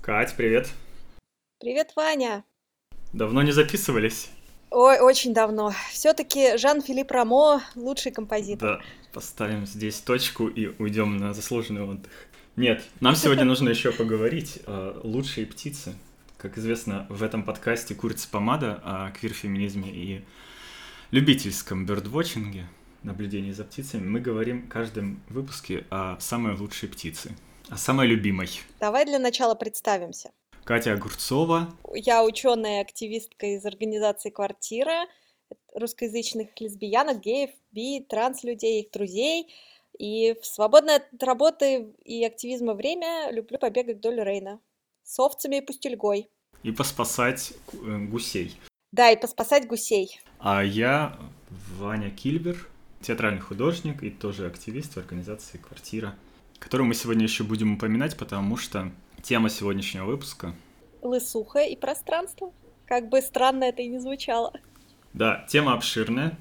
Кать, привет. Привет, Ваня. Давно не записывались? Ой, очень давно. Все-таки Жан-Филипп Рамо лучший композитор. Да, поставим здесь точку и уйдем на заслуженный отдых. Нет, нам сегодня нужно еще поговорить о лучшие птицы. Как известно, в этом подкасте курица помада о квир-феминизме и любительском бёрдвотчинге, наблюдении за птицами. Мы говорим в каждом выпуске о самой лучшей птице, о самой любимой. Давай для начала представимся. Катя Огурцова. Я ученая активистка из организации «Квартира», русскоязычных лесбиянок, геев, транслюдей, их друзей. И в свободное от работы и активизма время люблю побегать вдоль Рейна с овцами и пустельгой. И поспасать гусей. Да, и поспасать гусей. А я Ваня Кильбер, театральный художник и тоже активист в организации «Квартира», которую мы сегодня еще будем упоминать, потому что тема сегодняшнего выпуска... Лысуха и пространство. Как бы странно это и не звучало. Да, тема обширная,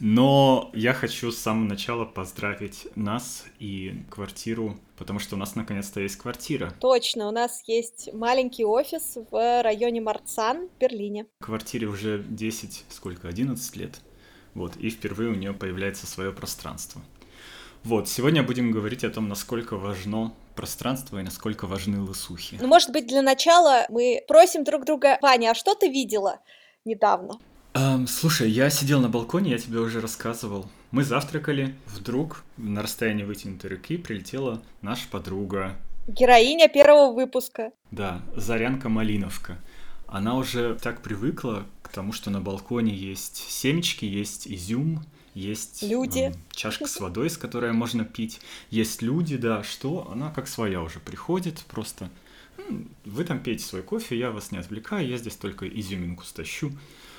но я хочу с самого начала поздравить нас и «Квартиру», потому что у нас наконец-то есть квартира. Точно, у нас есть маленький офис в районе Марцан в Берлине. Квартире уже 10, сколько, 11 лет. Вот, и впервые у нее появляется свое пространство. Вот, сегодня будем говорить о том, насколько важно пространство и насколько важны лысухи. Ну, может быть, для начала мы просим друг друга: Ваня, а что ты видела недавно? Слушай, я сидел на балконе, я тебе уже рассказывал. Мы завтракали, вдруг на расстоянии вытянутой руки прилетела наша подруга. Героиня первого выпуска. Да, Зарянка Малиновка. Она уже так привыкла к тому, что на балконе есть семечки, есть изюм, есть Люди. чашка с водой, с которой можно пить. Есть люди, да, что она как своя уже приходит, просто вы там пейте свой кофе, я вас не отвлекаю, я здесь только изюминку стащу.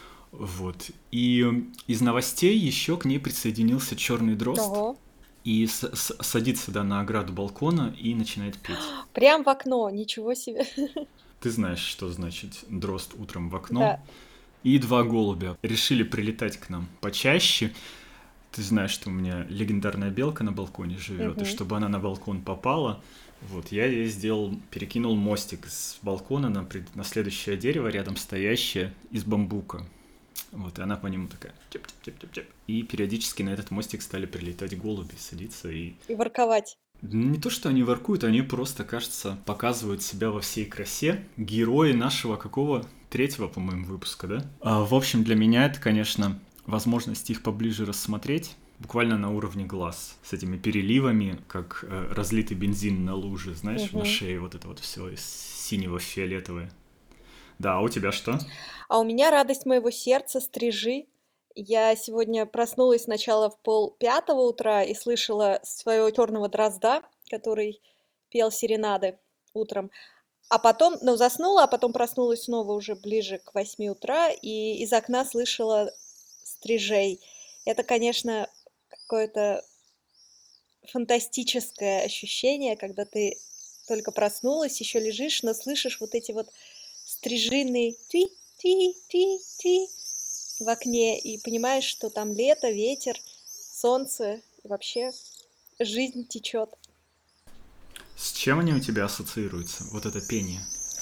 Вот. И из новостей еще к ней присоединился черный дрозд. Ого. И садится, да, на ограду балкона и начинает петь. Прям в окно, ничего себе. Ты знаешь, что значит дрозд утром в окно. Да. И два голубя решили прилетать к нам почаще. Ты знаешь, что у меня легендарная белка на балконе живет, и чтобы она на балкон попала, вот, я ей перекинул мостик с балкона на следующее дерево, рядом стоящее, из бамбука. Вот, и она по нему такая чеп-чеп-чеп-чеп. И периодически на этот мостик стали прилетать голуби, садиться и... И ворковать. Не то, что они воркуют, они просто, кажется, показывают себя во всей красе. Герои нашего какого? Третьего, по-моему, выпуска, да? В общем, для меня это, конечно, возможность их поближе рассмотреть, буквально на уровне глаз, с этими переливами, как разлитый бензин на луже, знаешь, на шее вот это вот все из синего в фиолетовое. Да, а у тебя что? А у меня радость моего сердца — стрижи. Я сегодня проснулась сначала в 4:30 утра и слышала своего черного дрозда, который пел серенады утром. А потом, ну, заснула, а потом проснулась снова уже ближе к 8 утра и из окна слышала стрижей. Это, конечно, какое-то фантастическое ощущение, когда ты только проснулась, еще лежишь, но слышишь вот эти вот стрижиные ти-ти-ти-ти в окне и понимаешь, что там лето, ветер, солнце, и вообще жизнь течет. С чем они у тебя ассоциируются, вот это пение?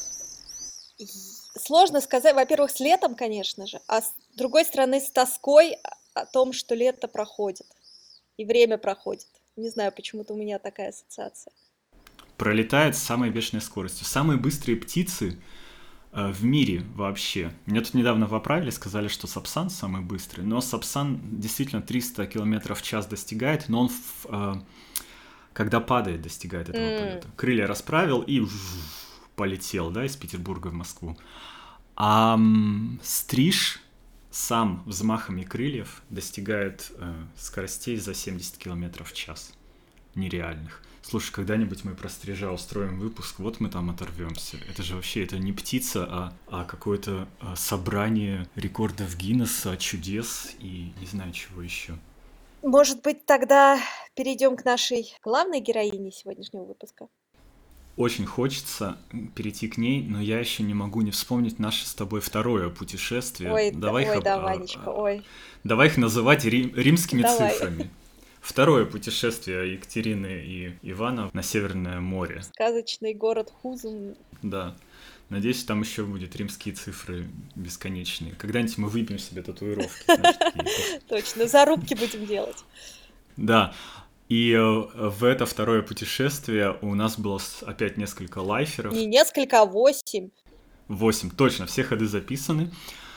Сложно сказать, во-первых, с летом, конечно же, а с другой стороны, с тоской о том, что лето проходит и время проходит. Не знаю, почему-то у меня такая ассоциация. Пролетает с самой бешеной скоростью. Самые быстрые птицы в мире вообще. Меня тут недавно поправили, сказали, что сапсан самый быстрый, но сапсан действительно 300 км в час достигает, но он, когда падает, достигает этого полета. Крылья расправил и полетел, да, из Петербурга в Москву. А стриж сам взмахами крыльев достигает скоростей за 70 км в час. Нереальных. Слушай, когда-нибудь мы про стрижа устроим выпуск, вот мы там оторвемся. Это же вообще, это не птица, а какое-то собрание рекордов Гиннесса, чудес и не знаю чего еще. Может быть, тогда перейдем к нашей главной героине сегодняшнего выпуска? Очень хочется перейти к ней, но я еще не могу не вспомнить наше с тобой второе путешествие. Ой, Давай ой, да, Ванечка, ой. давай их называть римскими Давай. цифрами. второе путешествие Екатерины и Ивана на Северное море. Сказочный город Хузум. Да. Надеюсь, там еще будут римские цифры бесконечные. Когда-нибудь мы выбьем себе татуировки, знаешь, такие. Точно, зарубки будем делать. Да. И в это второе путешествие у нас было опять несколько лайферов. Не несколько, а 8. 8, точно, все ходы записаны.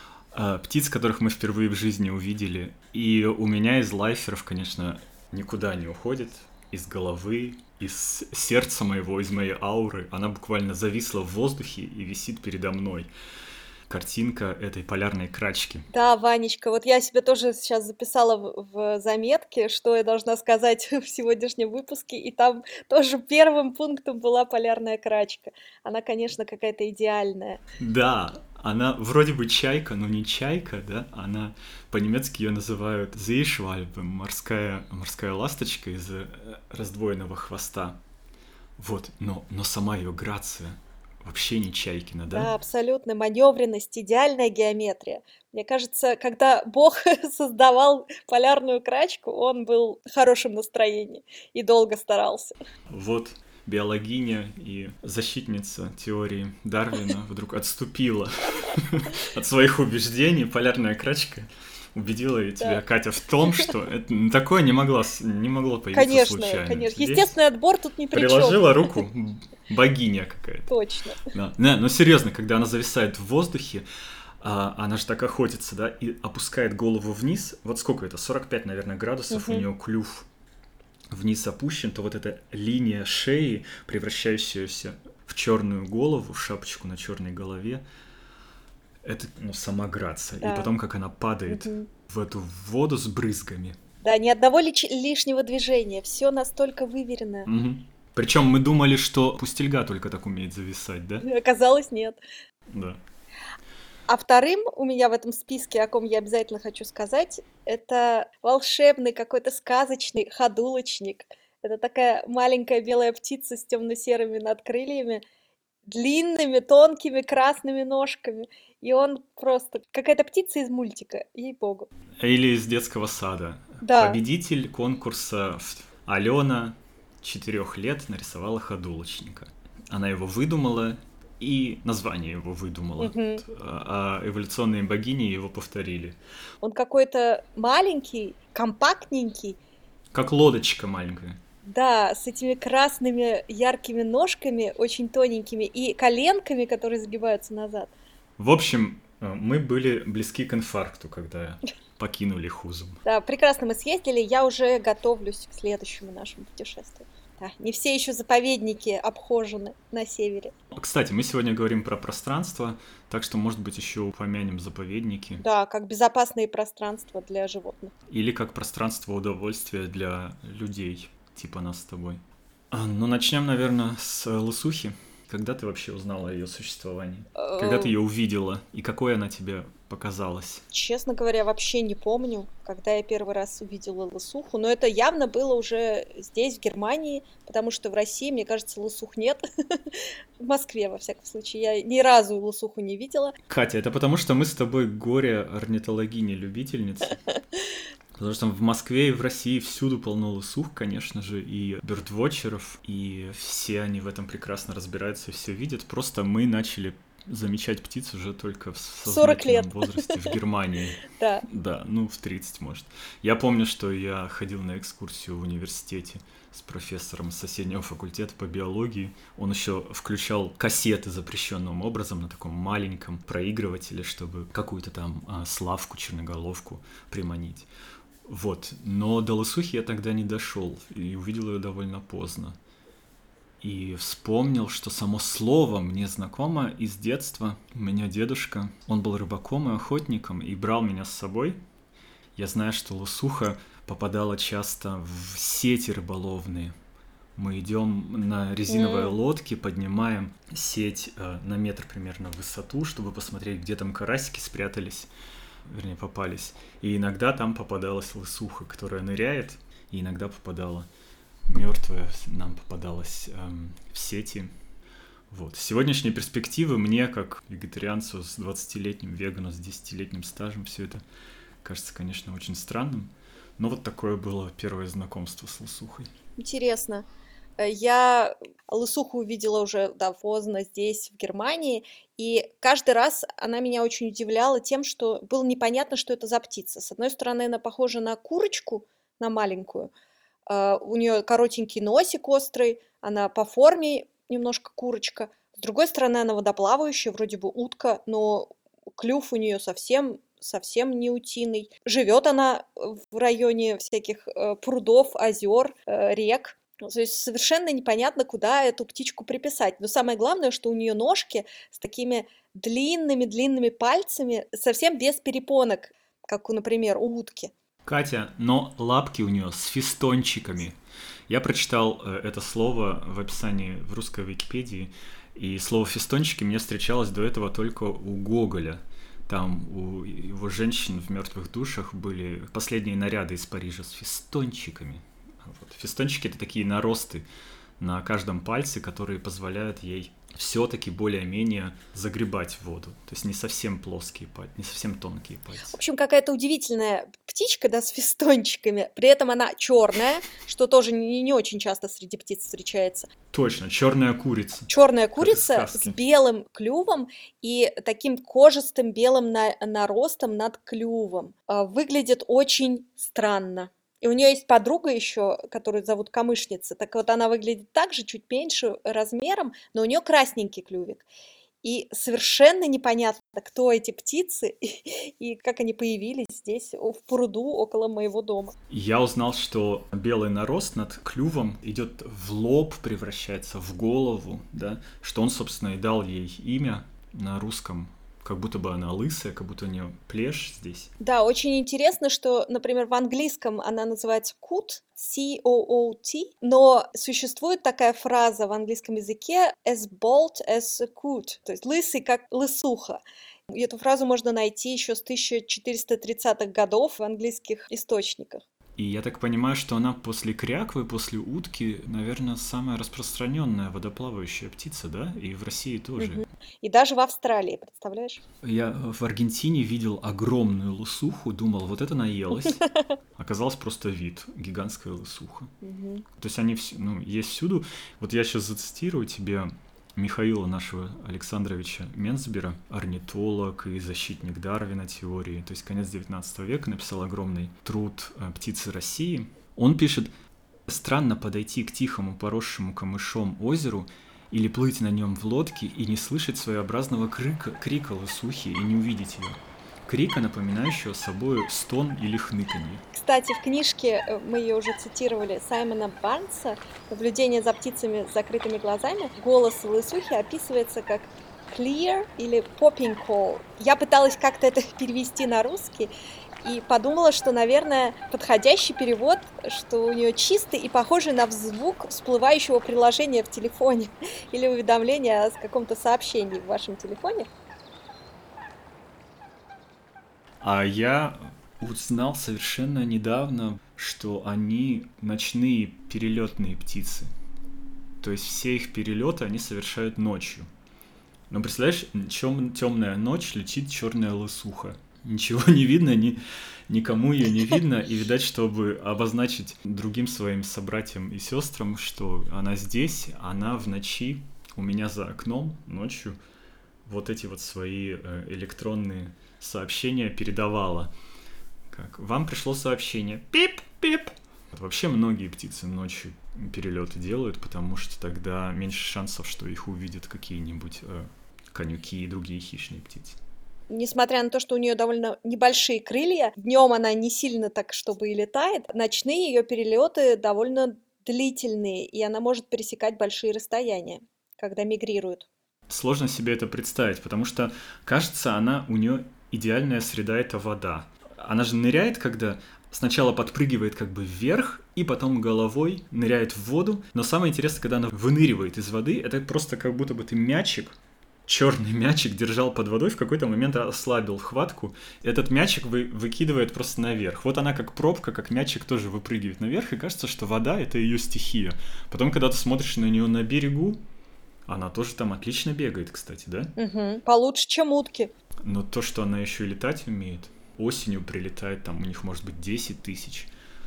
Птиц, которых мы впервые в жизни увидели. И у меня из лайферов, конечно, никуда не уходит. Из головы, из сердца моего, из моей ауры. Она буквально зависла в воздухе и висит передо мной. Картинка этой полярной крачки. Да, Ванечка, вот я себе тоже сейчас записала в заметке, что я должна сказать в сегодняшнем выпуске, и там тоже первым пунктом была полярная крачка. Она, конечно, какая-то идеальная. Да, она вроде бы чайка, но не чайка, да? Она по-немецки ее называют Seeschwalbe, морская ласточка из раздвоенного хвоста. Вот, но сама ее грация вообще не чайкина, Да, да? абсолютно. Маневренность, идеальная геометрия. Мне кажется, когда Бог создавал полярную крачку, он был в хорошем настроении и долго старался. Вот биологиня и защитница теории Дарвина вдруг отступила от своих убеждений. Полярная крачка убедила и тебя, Да. Катя, в том, что это такое не могло появиться Конечно, случайно. конечно. Здесь Естественный отбор тут ни при чем. приложила руку богиня какая-то. Точно. Да. Не, но серьезно, когда она зависает в воздухе, она же так охотится, да, и опускает голову вниз. Вот сколько это? 45, наверное, градусов у нее клюв вниз опущен, то вот эта линия шеи, превращающаяся в черную голову, в шапочку на черной голове, это сама грация. Да. И потом, как она падает в эту воду с брызгами. Да, ни одного лишнего движения. Все настолько выверено. Причем мы думали, что пустельга только так умеет зависать, да? Оказалось, нет. Да. А вторым у меня в этом списке, о ком я обязательно хочу сказать, это волшебный какой-то сказочный ходулочник. Это такая маленькая белая птица с темно-серыми надкрыльями, длинными, тонкими, красными ножками. И он просто какая-то птица из мультика, ей-богу. Или из детского сада. Да. Победитель конкурса Алена 4 лет нарисовала ходулочника. Она его выдумала, и название его выдумала. А эволюционные богини его повторили. Он какой-то маленький, компактненький. Как лодочка маленькая. Да, с этими красными яркими ножками, очень тоненькими, и коленками, которые сгибаются назад. В общем, мы были близки к инфаркту, когда покинули Хузум. Да, прекрасно мы съездили, я уже готовлюсь к следующему нашему путешествию. Да, не все еще заповедники обхожены на севере. Кстати, мы сегодня говорим про пространство, так что, может быть, еще упомянем заповедники. Да, как безопасные пространства для животных. Или как пространство удовольствия для людей, типа нас с тобой. Ну, начнем, наверное, с Лысухи. Когда ты вообще узнала о ее существовании? Когда ты ее увидела? И какой она тебе показалась? Честно говоря, вообще не помню, когда я первый раз увидела лысуху. Но это явно было уже здесь, в Германии, потому что в России, мне кажется, лысух нет. В Москве, во всяком случае. Я ни разу лысуху не видела. Катя, это потому что мы с тобой горе-орнитологини-любительницы. Потому что в Москве и в России всюду полно лысух, конечно же, и бёрдвотчеров, и все они в этом прекрасно разбираются и все видят. Просто мы начали замечать птиц уже только в сознательном возрасте в Германии. Да. Да, в 30, может. Я помню, что я ходил на экскурсию в университете с профессором соседнего факультета по биологии. Он еще включал кассеты запрещенным образом на таком маленьком проигрывателе, чтобы какую-то там славку, черноголовку приманить. Вот, но до лысухи я тогда не дошел и увидел ее довольно поздно. И вспомнил, что само слово мне знакомо из детства. У меня дедушка, он был рыбаком и охотником и брал меня с собой. Я знаю, что лысуха попадала часто в сети рыболовные. Мы идем на резиновой лодке, поднимаем сеть на метр примерно в высоту, чтобы посмотреть, где там карасики спрятались. Вернее, попались. И иногда там попадалась лысуха, которая ныряет, и иногда попадала мертвая, нам попадалась в сети. Вот. С сегодняшней перспективы мне, как вегетарианцу с 20-летним, вегану с 10-летним стажем, все это кажется, конечно, очень странным. Ну вот такое было первое знакомство с лысухой. Интересно. Я лысуху увидела уже, да, поздно здесь, в Германии, и каждый раз она меня очень удивляла тем, что было непонятно, что это за птица. С одной стороны, она похожа на курочку, на маленькую, у нее коротенький носик острый, она по форме немножко курочка. С другой стороны, она водоплавающая, вроде бы утка, но клюв у нее совсем не утиный. Живет она в районе всяких прудов, озер, рек. То есть совершенно непонятно, куда эту птичку приписать. Но самое главное, что у нее ножки с такими длинными-длинными пальцами, совсем без перепонок, как, например, у утки. Катя, но лапки у нее с фистончиками. Я прочитал это слово в описании в русской Википедии, и слово «фистончики» мне встречалось до этого только у Гоголя. Там у его женщин в «Мертвых душах» были последние наряды из Парижа с фистончиками. Вот. Фистончики — это такие наросты на каждом пальце, которые позволяют ей все-таки более-менее загребать воду. То есть не совсем плоские пальцы, не совсем тонкие В пальцы. общем, какая-то удивительная птичка, да, с фистончиками. При этом она черная, что тоже не очень часто среди птиц встречается. Точно, черная курица, Черная как из курица с сказки. белым клювом и таким кожистым белым наростом над клювом. Выглядит очень странно. И у нее есть подруга еще, которую зовут Камышница. Так вот, она выглядит так же, чуть меньше размером, но у нее красненький клювик. И совершенно непонятно, кто эти птицы и как они появились здесь, в пруду около моего дома. Я узнал, что белый нарост над клювом идет в лоб, превращается в голову, да, что он, собственно, и дал ей имя на русском, как будто бы она лысая, как будто у нее плешь здесь. Да, очень интересно, что, например, в английском она называется coot, C-O-O-T, но существует такая фраза в английском языке as bald as a coot, то есть лысый, как лысуха. И эту фразу можно найти еще с 1430-х годов в английских источниках. И я так понимаю, что она после кряквы, после утки, наверное, самая распространенная водоплавающая птица, да? И в России тоже. Мгм. И даже в Австралии, представляешь? Я в Аргентине видел огромную лысуху, думал, вот это наелась. Оказалось просто вид, гигантская лысуха. Мгм. То есть они есть всюду. Вот я сейчас зацитирую тебе Михаила нашего Александровича Менцбера, орнитолог и защитник Дарвина теории, то есть конец 19 века, написал огромный труд «Птицы России». Он пишет: «Странно подойти к тихому, поросшему камышом озеру или плыть на нем в лодке и не слышать своеобразного крика лысухи и не увидеть ее. Крика, напоминающего собой стон или хныканье». Кстати, в книжке, мы ее уже цитировали, Саймона Барнса «Наблюдение за птицами с закрытыми глазами», голос лысухи описывается как clear или popping call. Я пыталась как-то это перевести на русский и подумала, что, наверное, подходящий перевод, что у нее чистый и похожий на звук всплывающего приложения в телефоне или уведомления о каком-то сообщении в вашем телефоне. А я узнал совершенно недавно, что они ночные перелетные птицы. То есть все их перелеты они совершают ночью. Но представляешь, темная ночь, летит черная лысуха. Ничего не видно, никому ее не видно. И, видать, чтобы обозначить другим своим собратьям и сестрам, что она здесь, она в ночи у меня за окном ночью вот эти вот свои электронные сообщения передавала. Как вам пришло сообщение, пип-пип. Вообще многие птицы ночью перелеты делают, потому что тогда меньше шансов, что их увидят какие-нибудь конюки и другие хищные птицы. Несмотря на то, что у нее довольно небольшие крылья, днем она не сильно так, чтобы и летает, ночные ее перелеты довольно длительные, и она может пересекать большие расстояния, когда мигрирует. Сложно себе это представить, потому что, кажется, у нее идеальная среда — это вода. Она же ныряет, когда сначала подпрыгивает как бы вверх, и потом головой ныряет в воду. Но самое интересное, когда она выныривает из воды, это просто как будто бы ты мячик, черный мячик держал под водой, в какой-то момент ослабил хватку, и этот мячик выкидывает просто наверх. Вот она как пробка, как мячик тоже выпрыгивает наверх, и кажется, что вода — это ее стихия. Потом, когда ты смотришь на нее на берегу, она тоже там отлично бегает, кстати, да? Угу. Получше, чем утки. Но то, что она еще и летать умеет, осенью прилетает, там у них может быть 10 000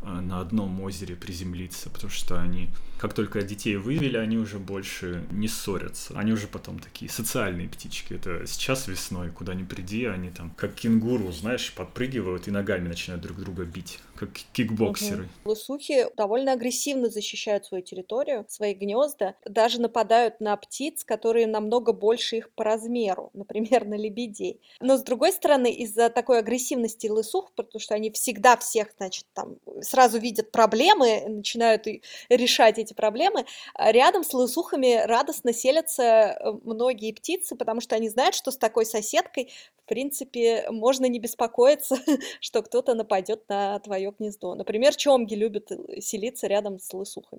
на одном озере приземлиться, потому что они, как только детей вывели, они уже больше не ссорятся. Они уже потом такие социальные птички. Это сейчас весной, куда ни приди, они там как кенгуру, знаешь, подпрыгивают и ногами начинают друг друга бить, как кикбоксеры. Лысухи довольно агрессивно защищают свою территорию, свои гнезда, даже нападают на птиц, которые намного больше их по размеру, например, на лебедей. Но с другой стороны, из-за такой агрессивности лысух, потому что они всегда всех, значит, там сразу видят проблемы, начинают решать эти проблемы, рядом с лысухами радостно селятся многие птицы, потому что они знают, что с такой соседкой, в принципе, можно не беспокоиться, что кто-то нападет на твое гнездо. Например, чомги любят селиться рядом с лысухами.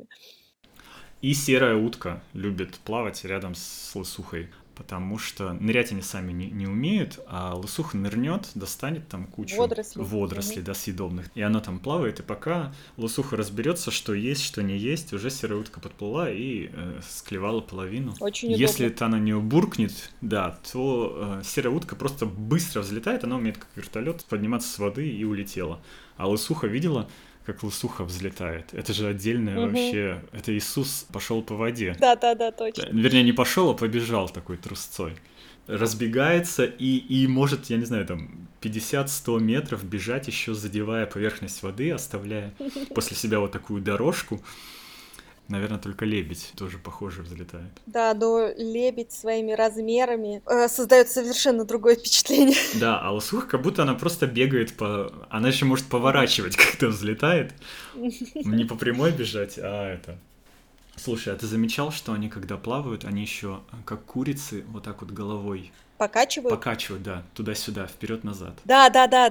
И серая утка любит плавать рядом с лысухой, потому что нырять они сами не умеют, а лысуха нырнет, достанет там кучу водорослей, да, съедобных. И она там плавает, и пока лысуха разберется, что есть, что не есть, уже серая утка подплыла и склевала половину. Очень удобно. Если это она не буркнет, да, то серая утка просто быстро взлетает, она умеет как вертолет подниматься с воды и улетела. А лысуха видела, как лысуха взлетает. Это же отдельное вообще... Это Иисус пошел по воде. Да, точно. Вернее, не пошел, а побежал такой трусцой. Разбегается и может, я не знаю, там 50-100 метров бежать, еще задевая поверхность воды, оставляя после себя вот такую дорожку. Наверное, только лебедь тоже, похоже, взлетает. Да, но лебедь своими размерами создает совершенно другое впечатление. Да, а лысуха, как будто она просто бегает по... Она еще может поворачивать, когда взлетает. Не по прямой бежать, а это... Слушай, а ты замечал, что они, когда плавают, они еще, как курицы, вот так вот головой... Покачивают, да, туда-сюда, вперед-назад. Да,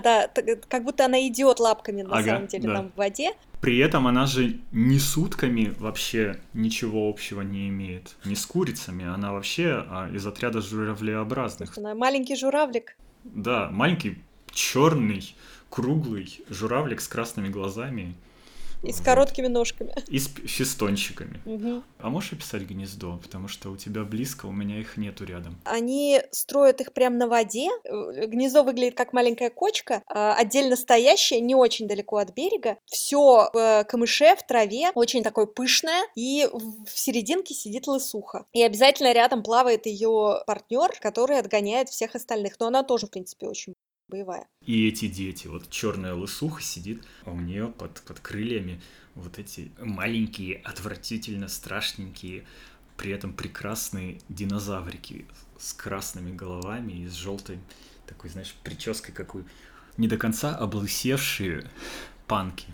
как будто она идет лапками на самом деле там в воде. При этом она же ни с утками вообще ничего общего не имеет. Не с курицами, она вообще из отряда журавлеобразных. Она маленький журавлик. Да, маленький, черный, круглый журавлик с красными глазами. И с короткими ножками. И с фистончиками. Угу. А можешь описать гнездо? Потому что у тебя близко, у меня их нету рядом. Они строят их прямо на воде. Гнездо выглядит как маленькая кочка, отдельно стоящая, не очень далеко от берега. Все в камыше, в траве, очень такое пышное. И в серединке сидит лысуха. И обязательно рядом плавает ее партнер, который отгоняет всех остальных. Но она тоже, в принципе, очень боевая. И эти дети, вот черная лысуха сидит, а у нее под крыльями вот эти маленькие, отвратительно страшненькие, при этом прекрасные динозаврики с красными головами и с желтой такой, знаешь, прической какой. Не до конца облысевшие панки.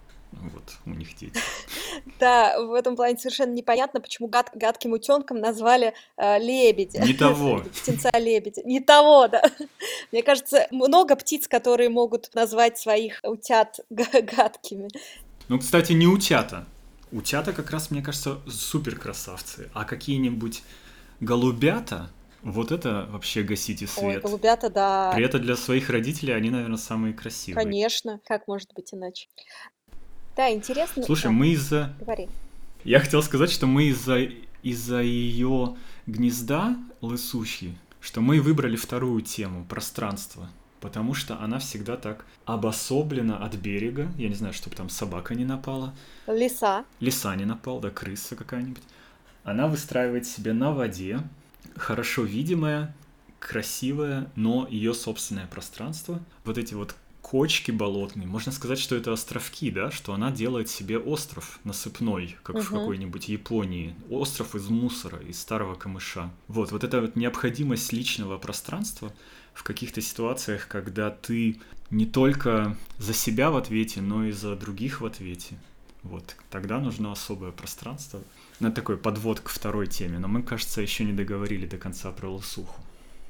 Вот у них дети. Да, в этом плане совершенно непонятно, почему гадким утенком назвали лебедя. Не того. Птенца-лебедя. Не того, да. Мне кажется, много птиц, которые могут назвать своих утят гадкими. Ну, кстати, не утята. Утята как раз, мне кажется, супер красавцы. А какие-нибудь голубята, вот это вообще гасите свет. Ой, голубята, да. При этом для своих родителей они, наверное, самые красивые. Конечно, как может быть иначе. Да, интересно. Слушай, мы из-за... Говори. Я хотел сказать, что мы из-за ее гнезда лысухи, что мы выбрали вторую тему — пространство. Потому что она всегда так обособлена от берега. Я не знаю, чтобы там собака не напала. Лиса не напал, да, крыса какая-нибудь. Она выстраивает себе на воде хорошо видимое, красивое, но ее собственное пространство. Вот эти вот кочки болотные. Можно сказать, что это островки, да, что она делает себе остров насыпной, как в какой-нибудь Японии. Остров из мусора, из старого камыша. Вот эта вот необходимость личного пространства в каких-то ситуациях, когда ты не только за себя в ответе, но и за других в ответе. Вот, тогда нужно особое пространство. Ну, такой подвод к второй теме, но мы, кажется, еще не договорили до конца про лысуху.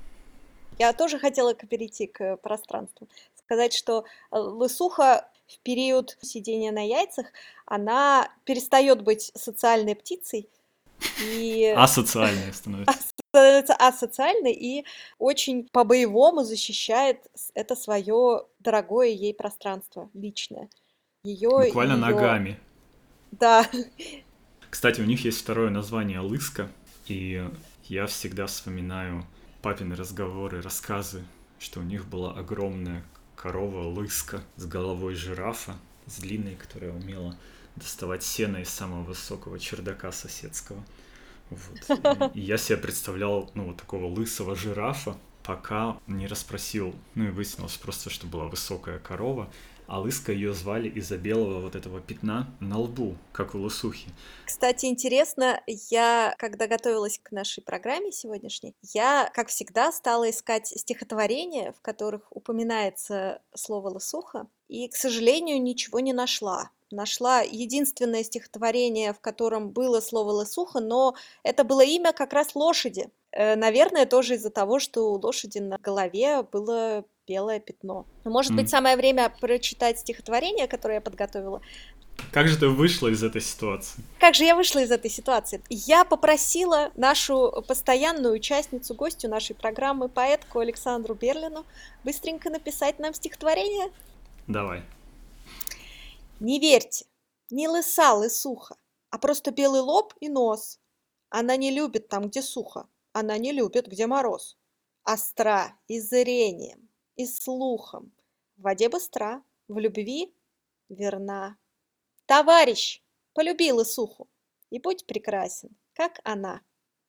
Я тоже хотела перейти к пространству. Сказать, что лысуха в период сидения на яйцах, она перестает быть социальной птицей. И... Асоциальная становится. Становится асоциальной и очень по-боевому защищает это свое дорогое ей пространство личное. Буквально ногами. Да. Кстати, у них есть второе название — лыска, и я всегда вспоминаю папины разговоры, рассказы, что у них была огромная корова лыска с головой жирафа, с длинной, которая умела доставать сено из самого высокого чердака соседского. Вот. И я себе представлял, ну, вот такого лысого жирафа, пока не расспросил, ну и выяснилось просто, что была высокая корова, а лыска ее звали из-за белого вот этого пятна на лбу, как у лысухи. Кстати, интересно, я, когда готовилась к нашей программе сегодняшней, я, как всегда, стала искать стихотворения, в которых упоминается слово «лысуха», и, к сожалению, ничего не нашла. Нашла единственное стихотворение, в котором было слово «лысуха», но это было имя как раз лошади. Наверное, тоже из-за того, что у лошади на голове было белое пятно. Может быть, самое время прочитать стихотворение, которое я подготовила. Как же ты вышла из этой ситуации? Как же я вышла из этой ситуации? Я попросила нашу постоянную участницу, гостью нашей программы, поэтку Александру Берлину, быстренько написать нам стихотворение. Давай. Не верьте, не лыса лысуха, а просто белый лоб и нос. Она не любит там, где сухо, она не любит, где мороз. Остра и зрением, и слухом, в воде быстра, в любви верна. Товарищ, полюби лысуху и будь прекрасен, как она.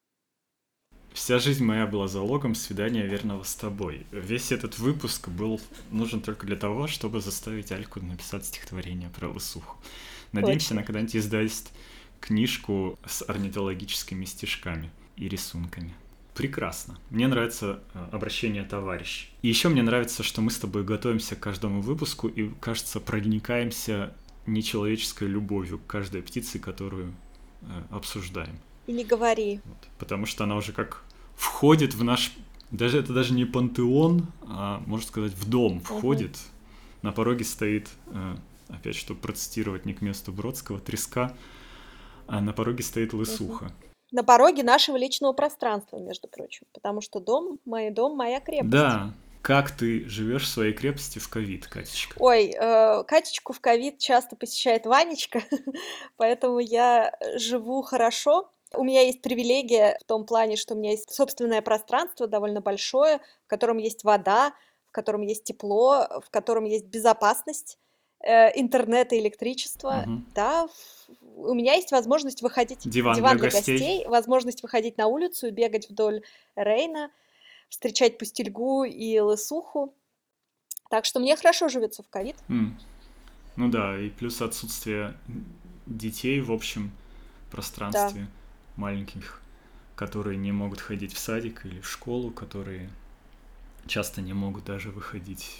Вся жизнь моя была залогом свидания верного с тобой. Весь этот выпуск был нужен только для того, чтобы заставить Альку написать стихотворение про лысуху. Надеемся, она когда-нибудь издаст книжку с орнитологическими стишками и рисунками. Прекрасно. Мне нравится обращение «товарищ». И еще мне нравится, что мы с тобой готовимся к каждому выпуску и, кажется, проникаемся нечеловеческой любовью к каждой птице, которую обсуждаем. И не говори. Вот, потому что она уже как входит в наш... Это даже не пантеон, а, можно сказать, в дом входит. На пороге стоит, опять, чтобы процитировать не к месту Бродского, треска, а на пороге стоит лысуха. На пороге нашего личного пространства, между прочим, потому что дом, моя крепость. Да. Как ты живешь в своей крепости в ковид, Катечка? Ой, Катечку в ковид часто посещает Ванечка, поэтому я живу хорошо. У меня есть привилегия в том плане, что у меня есть собственное пространство довольно большое, в котором есть вода, в котором есть тепло, в котором есть безопасность, интернет и электричество. Да, у меня есть возможность выходить... Диван для гостей. Возможность выходить на улицу и бегать вдоль Рейна, встречать пустельгу и лысуху. Так что мне хорошо живется в ковид. Ну да, и плюс отсутствие детей в общем пространстве, маленьких, которые не могут ходить в садик или в школу, которые часто не могут даже выходить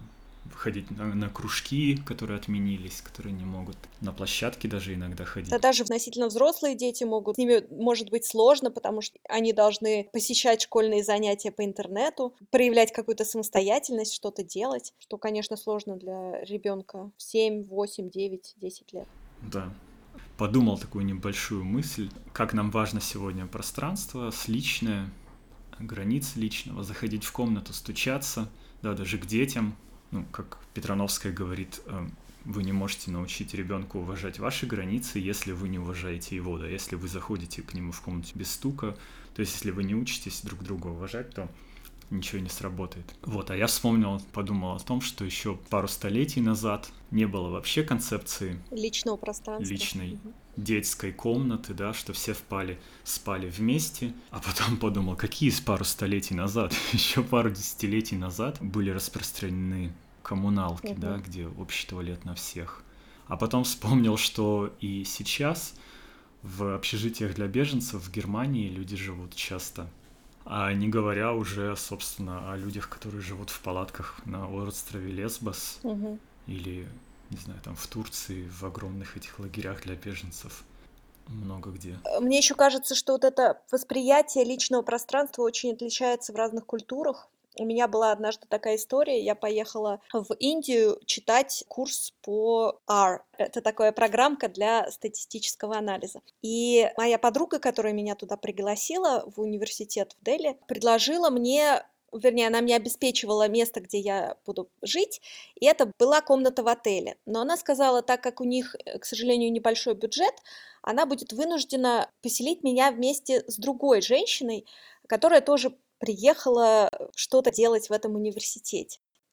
на кружки, которые отменились, которые не могут на площадке даже иногда ходить. Да даже относительно взрослые дети могут, с ними может быть сложно, потому что они должны посещать школьные занятия по интернету, проявлять какую-то самостоятельность, что-то делать, что, конечно, сложно для ребенка в 7, 8, 9, 10 лет. Да. Подумал такую небольшую мысль, как нам важно сегодня пространство, личное, границы личного, заходить в комнату, стучаться, да, даже к детям. Ну, как Петрановская говорит, вы не можете научить ребенка уважать ваши границы, если вы не уважаете его, да, если вы заходите к нему в комнату без стука, то есть если вы не учитесь друг друга уважать, то ничего не сработает. Вот, а я подумал о том, что еще пару столетий назад не было вообще концепции личного пространства, личной детской комнаты, да, что все спали вместе, а потом подумал, какие пару столетий назад, еще пару десятилетий назад были распространены коммуналки, да, где общий туалет на всех. А потом вспомнил, что и сейчас в общежитиях для беженцев в Германии люди живут часто. А не говоря уже, собственно, о людях, которые живут в палатках на острове Лесбос или, не знаю, там в Турции, в огромных этих лагерях для беженцев. Много где. Мне еще кажется, что вот это восприятие личного пространства очень отличается в разных культурах. У меня была однажды такая история, я поехала в Индию читать курс по R. Это такая программка для статистического анализа. И моя подруга, которая меня туда пригласила в университет в Дели, предложила мне, вернее, она мне обеспечивала место, где я буду жить, и это была комната в отеле. Но она сказала, так как у них, к сожалению, небольшой бюджет, она будет вынуждена поселить меня вместе с другой женщиной, которая тоже приехала что-то делать в этом университете.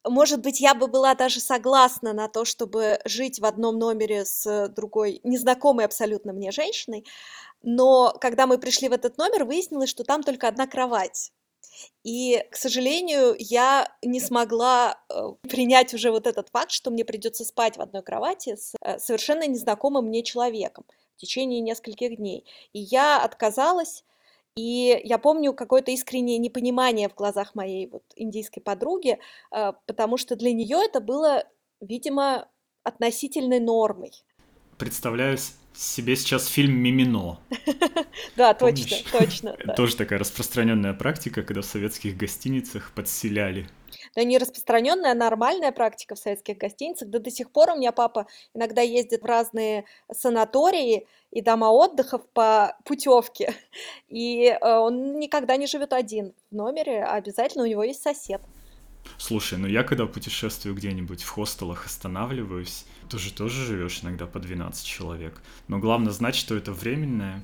Может быть, я бы была даже согласна на то, чтобы жить в одном номере с другой, незнакомой абсолютно мне женщиной, но когда мы пришли в этот номер, выяснилось, что там только одна кровать. И, к сожалению, я не смогла, принять уже вот этот факт, что мне придется спать в одной кровати с, совершенно незнакомым мне человеком в течение нескольких дней. И я отказалась, и я помню какое-то искреннее непонимание в глазах моей вот индийской подруги, потому что для нее это было, видимо, относительной нормой. Представляю себе сейчас фильм «Мимино». Да, точно, Помнишь? точно, да. Тоже такая распространенная практика, когда в советских гостиницах подселяли. Да, не распространенная, а нормальная практика в советских гостиницах. Да до сих пор у меня папа иногда ездит в разные санатории и дома отдыхов по путевке, и он никогда не живет один в номере, а обязательно у него есть сосед. Слушай, ну я когда путешествую где-нибудь в хостелах, останавливаюсь, ты же тоже живешь иногда по 12 человек. Но главное знать, что это временное.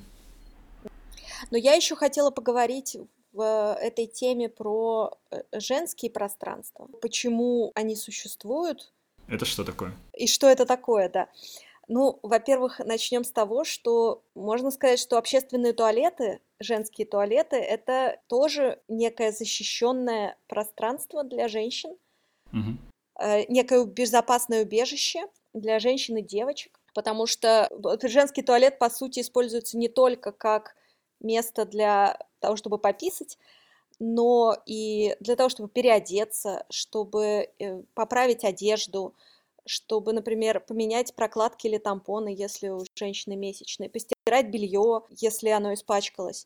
Но я еще хотела поговорить в этой теме про женские пространства, почему они существуют Это что такое? и что это такое, да. Ну, во-первых, начнем с того, что можно сказать, что общественные туалеты, женские туалеты, это тоже некое защищенное пространство для женщин, Мгм. некое безопасное убежище для женщин и девочек, потому что вот женский туалет, по сути, используется не только как место для того, чтобы пописать, но и для того, чтобы переодеться, чтобы поправить одежду, чтобы, например, поменять прокладки или тампоны, если у женщины месячные, постирать белье, если оно испачкалось.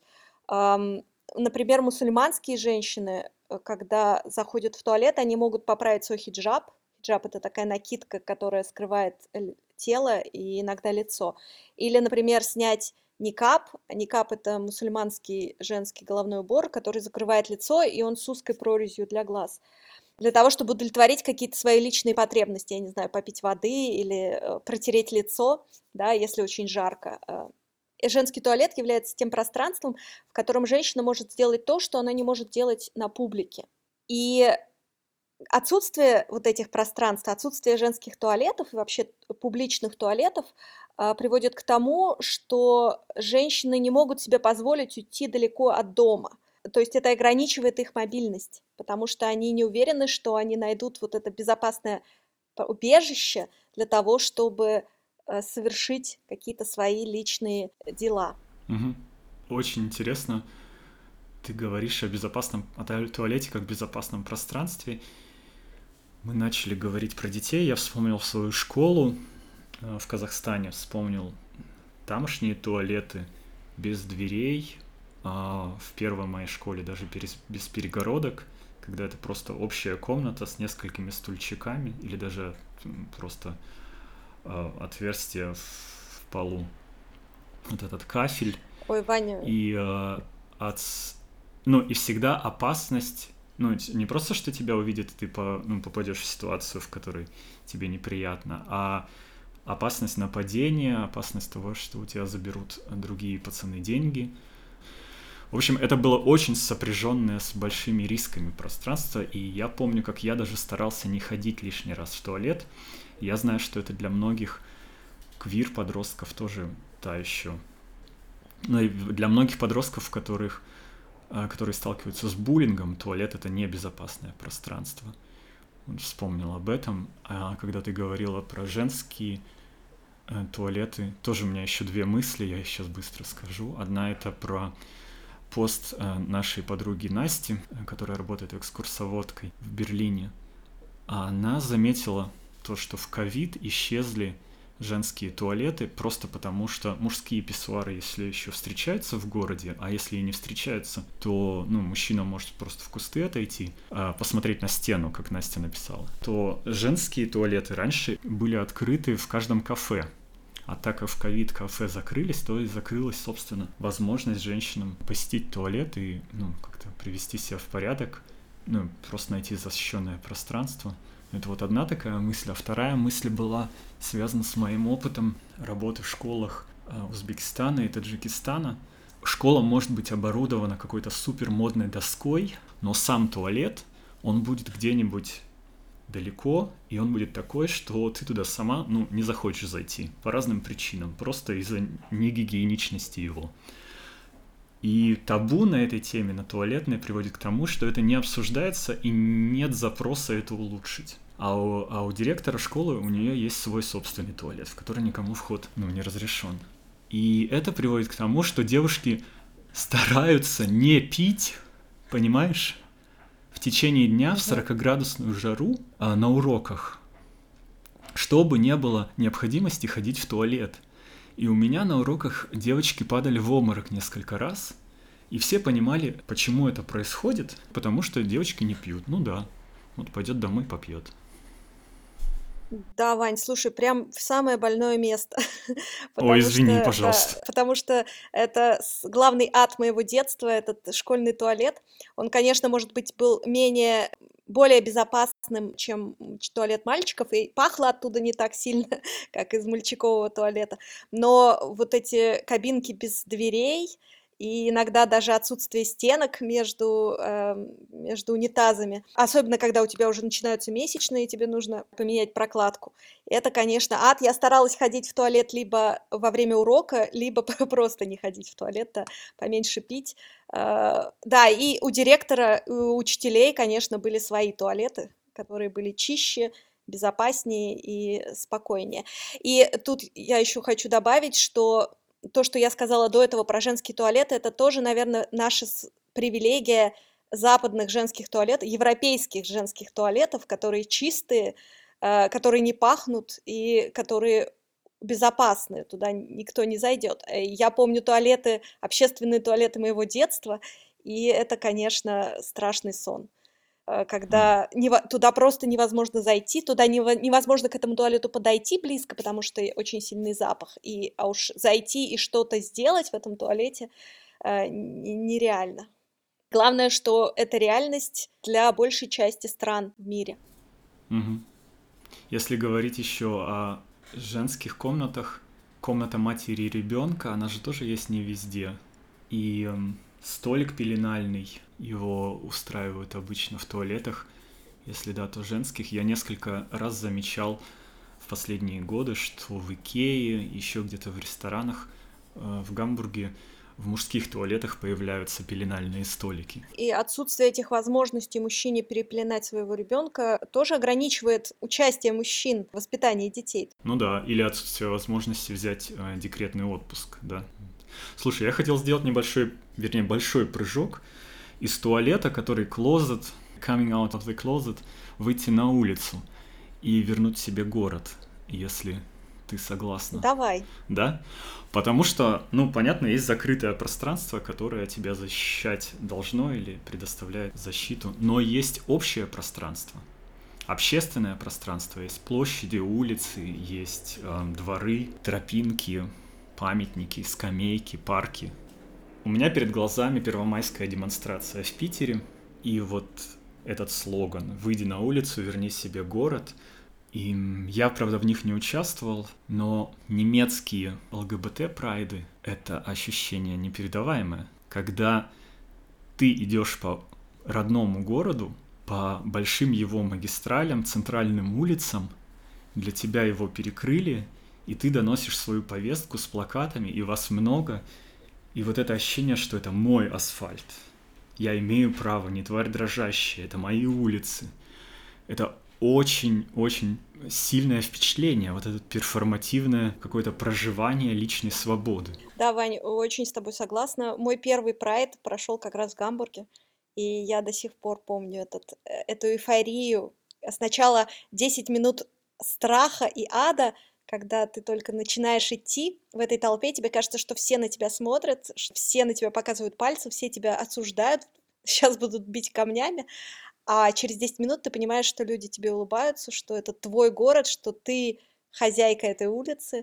Например, мусульманские женщины, когда заходят в туалет, они могут поправить свой хиджаб. Хиджаб — это такая накидка, которая скрывает тело и иногда лицо. Или, например, снять никап. Никап — это мусульманский женский головной убор, который закрывает лицо, и он с узкой прорезью для глаз. Для того, чтобы удовлетворить какие-то свои личные потребности, я не знаю, попить воды или протереть лицо, да, если очень жарко. Женский туалет является тем пространством, в котором женщина может сделать то, что она не может делать на публике. И отсутствие вот этих пространств, отсутствие женских туалетов и вообще публичных туалетов приводит к тому, что женщины не могут себе позволить уйти далеко от дома. То есть это ограничивает их мобильность, потому что они не уверены, что они найдут вот это безопасное убежище для того, чтобы совершить какие-то свои личные дела. Мгм. Очень интересно. Ты говоришь о безопасном о туалете как безопасном пространстве. Мы начали говорить про детей. Я вспомнил свою школу в Казахстане, вспомнил тамошние туалеты без дверей, в первой моей школе даже без перегородок, когда это просто общая комната с несколькими стульчиками или даже просто отверстие в полу. Вот этот кафель. Ой, Ваня, И, от... ну, и всегда опасность, ну, не просто, что тебя увидят, и ты попадешь в ситуацию, в которой тебе неприятно, а опасность нападения, опасность того, что у тебя заберут другие пацаны деньги. В общем, это было очень сопряженное с большими рисками пространство, и я помню, как я даже старался не ходить лишний раз в туалет. Я знаю, что это для многих квир-подростков тоже та еще. Ну и для многих подростков, которые сталкиваются с буллингом, туалет — это небезопасное пространство. Вот вспомнил об этом. А когда ты говорила про женские туалеты, тоже у меня еще две мысли, я их сейчас быстро скажу. Одна — это про пост нашей подруги Насти, которая работает экскурсоводкой в Берлине. А она заметила то, что в ковид исчезли женские туалеты просто потому, что мужские писсуары, если еще встречаются в городе, а если и не встречаются, то мужчина может просто в кусты отойти, посмотреть на стену, как Настя написала, то женские туалеты раньше были открыты в каждом кафе. А так как в ковид кафе закрылись, то и закрылась, собственно, возможность женщинам посетить туалет и как-то привести себя в порядок, просто найти защищенное пространство. Это вот одна такая мысль. А вторая мысль была связана с моим опытом работы в школах Узбекистана и Таджикистана. Школа может быть оборудована какой-то супер модной доской, но сам туалет, он будет где-нибудь далеко, и он будет такой, что ты туда сама, не захочешь зайти по разным причинам, просто из-за негигиеничности его. И табу на этой теме, на туалетной, приводит к тому, что это не обсуждается и нет запроса это улучшить. А у директора школы у нее есть свой собственный туалет, в который никому вход не разрешен. И это приводит к тому, что девушки стараются не пить, понимаешь, в течение дня в 40-градусную жару на уроках, чтобы не было необходимости ходить в туалет. И у меня на уроках девочки падали в обморок несколько раз, и все понимали, почему это происходит, потому что девочки не пьют. Ну да, вот пойдет домой, попьет. Да, Вань, слушай, прям в самое больное место. Ой, Потому извини, что, да, пожалуйста. потому что это главный ад моего детства, этот школьный туалет. Он, конечно, может быть, был более безопасным, чем туалет мальчиков, и пахло оттуда не так сильно, как из мальчикового туалета. Но вот эти кабинки без дверей и иногда даже отсутствие стенок между унитазами, особенно когда у тебя уже начинаются месячные, и тебе нужно поменять прокладку. Это, конечно, ад. Я старалась ходить в туалет либо во время урока, либо просто не ходить в туалет, да, поменьше пить. Да, и у директора, у учителей, конечно, были свои туалеты, которые были чище, безопаснее и спокойнее. И тут я еще хочу добавить, что то, что я сказала до этого про женские туалеты, это тоже, наверное, наша привилегия западных женских туалетов, европейских женских туалетов, которые чистые, которые не пахнут и которые безопасны, туда никто не зайдет. Я помню общественные туалеты моего детства, и это, конечно, страшный сон. Когда туда просто невозможно зайти, туда невозможно к этому туалету подойти близко, потому что очень сильный запах, а уж зайти и что-то сделать в этом туалете нереально. Главное, что это реальность для большей части стран в мире. Мгм. Если говорить еще о женских комнатах, комната матери и ребенка, она же тоже есть не везде. И столик пеленальный, его устраивают обычно в туалетах. Если да, то женских. Я несколько раз замечал в последние годы, что в Икее, еще где-то в ресторанах в Гамбурге в мужских туалетах появляются пеленальные столики. И отсутствие этих возможностей мужчине перепеленать своего ребенка тоже ограничивает участие мужчин в воспитании детей. Ну да, или отсутствие возможности взять декретный отпуск, да. Слушай, я хотел сделать большой прыжок из туалета, который coming out of the closet, выйти на улицу и вернуть себе город, если ты согласна. Давай. Да? Потому что, понятно, есть закрытое пространство, которое тебя защищать должно или предоставляет защиту, но есть общее пространство. Общественное пространство, есть площади, улицы, есть дворы, тропинки, памятники, скамейки, парки. У меня перед глазами первомайская демонстрация в Питере, и вот этот слоган «Выйди на улицу, верни себе город». И я, правда, в них не участвовал, но немецкие ЛГБТ-прайды — это ощущение непередаваемое. Когда ты идешь по родному городу, по большим его магистралям, центральным улицам, для тебя его перекрыли, и ты доносишь свою повестку с плакатами, и вас много, и вот это ощущение, что это мой асфальт. Я имею право, не тварь дрожащая, это мои улицы. Это очень-очень сильное впечатление, вот это перформативное какое-то проживание личной свободы. Да, Вань, очень с тобой согласна. Мой первый прайд прошел как раз в Гамбурге, и я до сих пор помню эту эйфорию. Сначала 10 минут страха и ада, когда ты только начинаешь идти в этой толпе, тебе кажется, что все на тебя смотрят, что все на тебя показывают пальцы, все тебя осуждают, сейчас будут бить камнями. А через 10 минут ты понимаешь, что люди тебе улыбаются, что это твой город, что ты хозяйка этой улицы,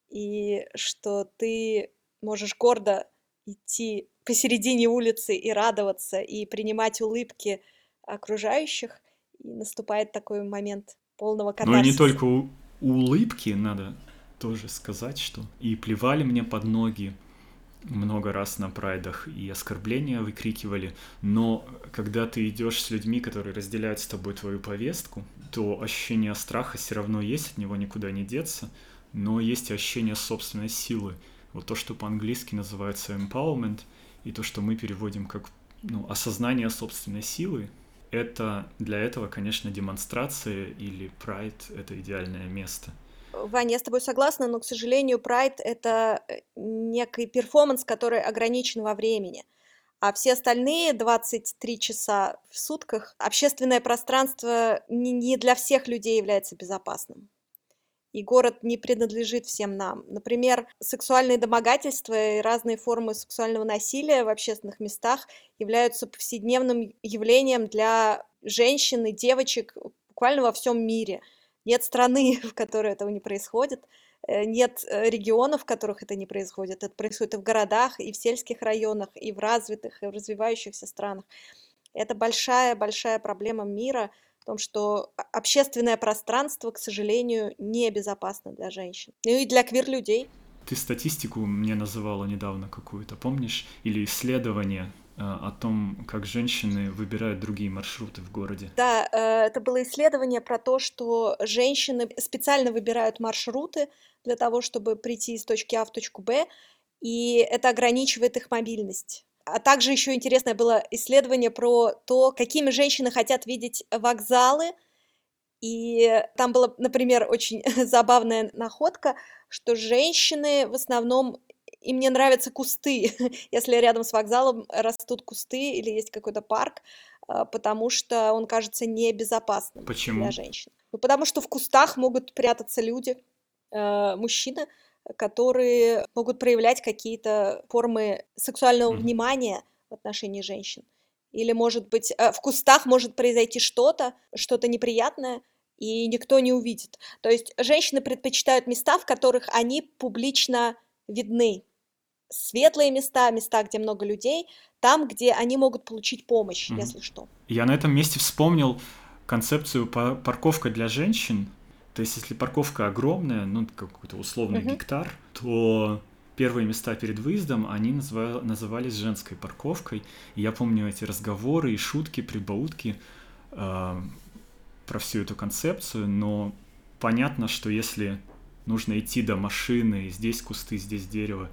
и что ты можешь гордо идти посередине улицы и радоваться, и принимать улыбки окружающих. И наступает такой момент полного Но и не катарсиса. только улыбки, надо тоже сказать, что и плевали мне под ноги много раз на прайдах, и оскорбления выкрикивали, но когда ты идешь с людьми, которые разделяют с тобой твою повестку, то ощущение страха все равно есть, от него никуда не деться, но есть и ощущение собственной силы. Вот то, что по-английски называется empowerment, и то, что мы переводим как осознание собственной силы, это для этого, конечно, демонстрация или прайд — это идеальное место. Ваня, я с тобой согласна, но, к сожалению, Pride — это некий перформанс, который ограничен во времени. А все остальные 23 часа в сутках общественное пространство не для всех людей является безопасным. И город не принадлежит всем нам. Например, сексуальные домогательства и разные формы сексуального насилия в общественных местах являются повседневным явлением для женщин и девочек буквально во всем мире. Нет страны, в которой этого не происходит, нет регионов, в которых это не происходит. Это происходит и в городах, и в сельских районах, и в развитых, и в развивающихся странах. Это большая-большая проблема мира в том, что общественное пространство, к сожалению, небезопасно для женщин. Ну и для квир-людей. Ты статистику мне называла недавно какую-то, помнишь? Или исследование о том, как женщины выбирают другие маршруты в городе. Да, это было исследование про то, что женщины специально выбирают маршруты для того, чтобы прийти из точки А в точку Б, и это ограничивает их мобильность. А также еще интересное было исследование про то, какими женщины хотят видеть вокзалы. И там была, например, очень забавная находка, что женщины в основном, им не нравятся кусты, если рядом с вокзалом растут кусты или есть какой-то парк, потому что он кажется небезопасным Почему? для женщин. Ну, потому что в кустах могут прятаться люди, мужчины, которые могут проявлять какие-то формы сексуального внимания в отношении женщин. Или, может быть, в кустах может произойти что-то неприятное, и никто не увидит. То есть женщины предпочитают места, в которых они публично видны. Светлые места, где много людей, там, где они могут получить помощь, если что. Я на этом месте вспомнил концепцию парковка для женщин. То есть, если парковка огромная, какой-то условный гектар, то первые места перед выездом, они назывались женской парковкой. И я помню эти разговоры и шутки, прибаутки про всю эту концепцию, но понятно, что если нужно идти до машины, здесь кусты, здесь дерево,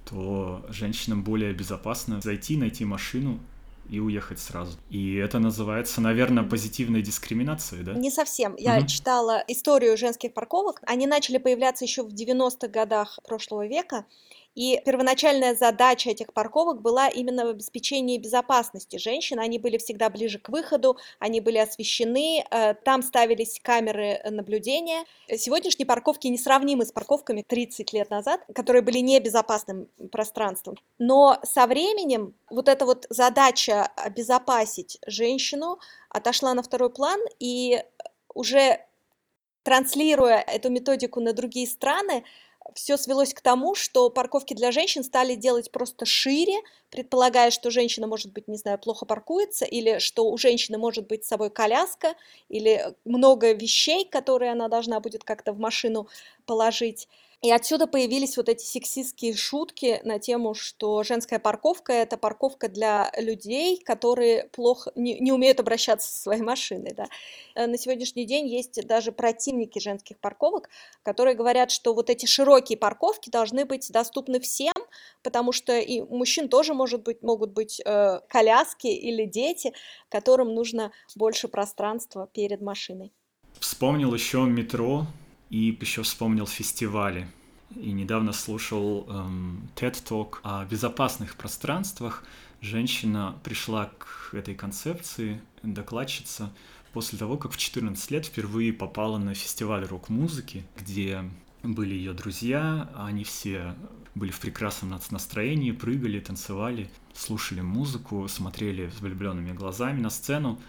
то женщинам более безопасно зайти, найти машину и уехать сразу. И это называется, наверное, позитивной дискриминацией, да? Не совсем. Я читала историю женских парковок. Они начали появляться еще в 90-х годах прошлого века. И первоначальная задача этих парковок была именно в обеспечении безопасности женщин. Они были всегда ближе к выходу, они были освещены, там ставились камеры наблюдения. Сегодняшние парковки несравнимы с парковками 30 лет назад, которые были небезопасным пространством. Но со временем вот эта вот задача обезопасить женщину отошла на второй план, и уже транслируя эту методику на другие страны, все свелось к тому, что парковки для женщин стали делать просто шире, предполагая, что женщина, может быть, не знаю, плохо паркуется, или что у женщины может быть с собой коляска, или много вещей, которые она должна будет как-то в машину положить. И отсюда появились вот эти сексистские шутки на тему, что женская парковка — это парковка для людей, которые плохо не умеют обращаться со своей машиной, да. На сегодняшний день есть даже противники женских парковок, которые говорят, что вот эти широкие парковки должны быть доступны всем, потому что и у мужчин тоже могут быть коляски или дети, которым нужно больше пространства перед машиной. Вспомнил еще метро. И еще вспомнил фестивали. И недавно слушал TED Talk о безопасных пространствах. Женщина пришла к этой концепции, докладчица, после того, как в 14 лет впервые попала на фестиваль рок-музыки, где были ее друзья, они все были в прекрасном настроении, прыгали, танцевали, слушали музыку, смотрели с влюбленными глазами на сцену.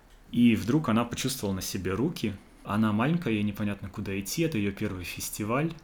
И вдруг она почувствовала на себе руки. Она маленькая, ей непонятно, куда идти, это ее первый фестиваль.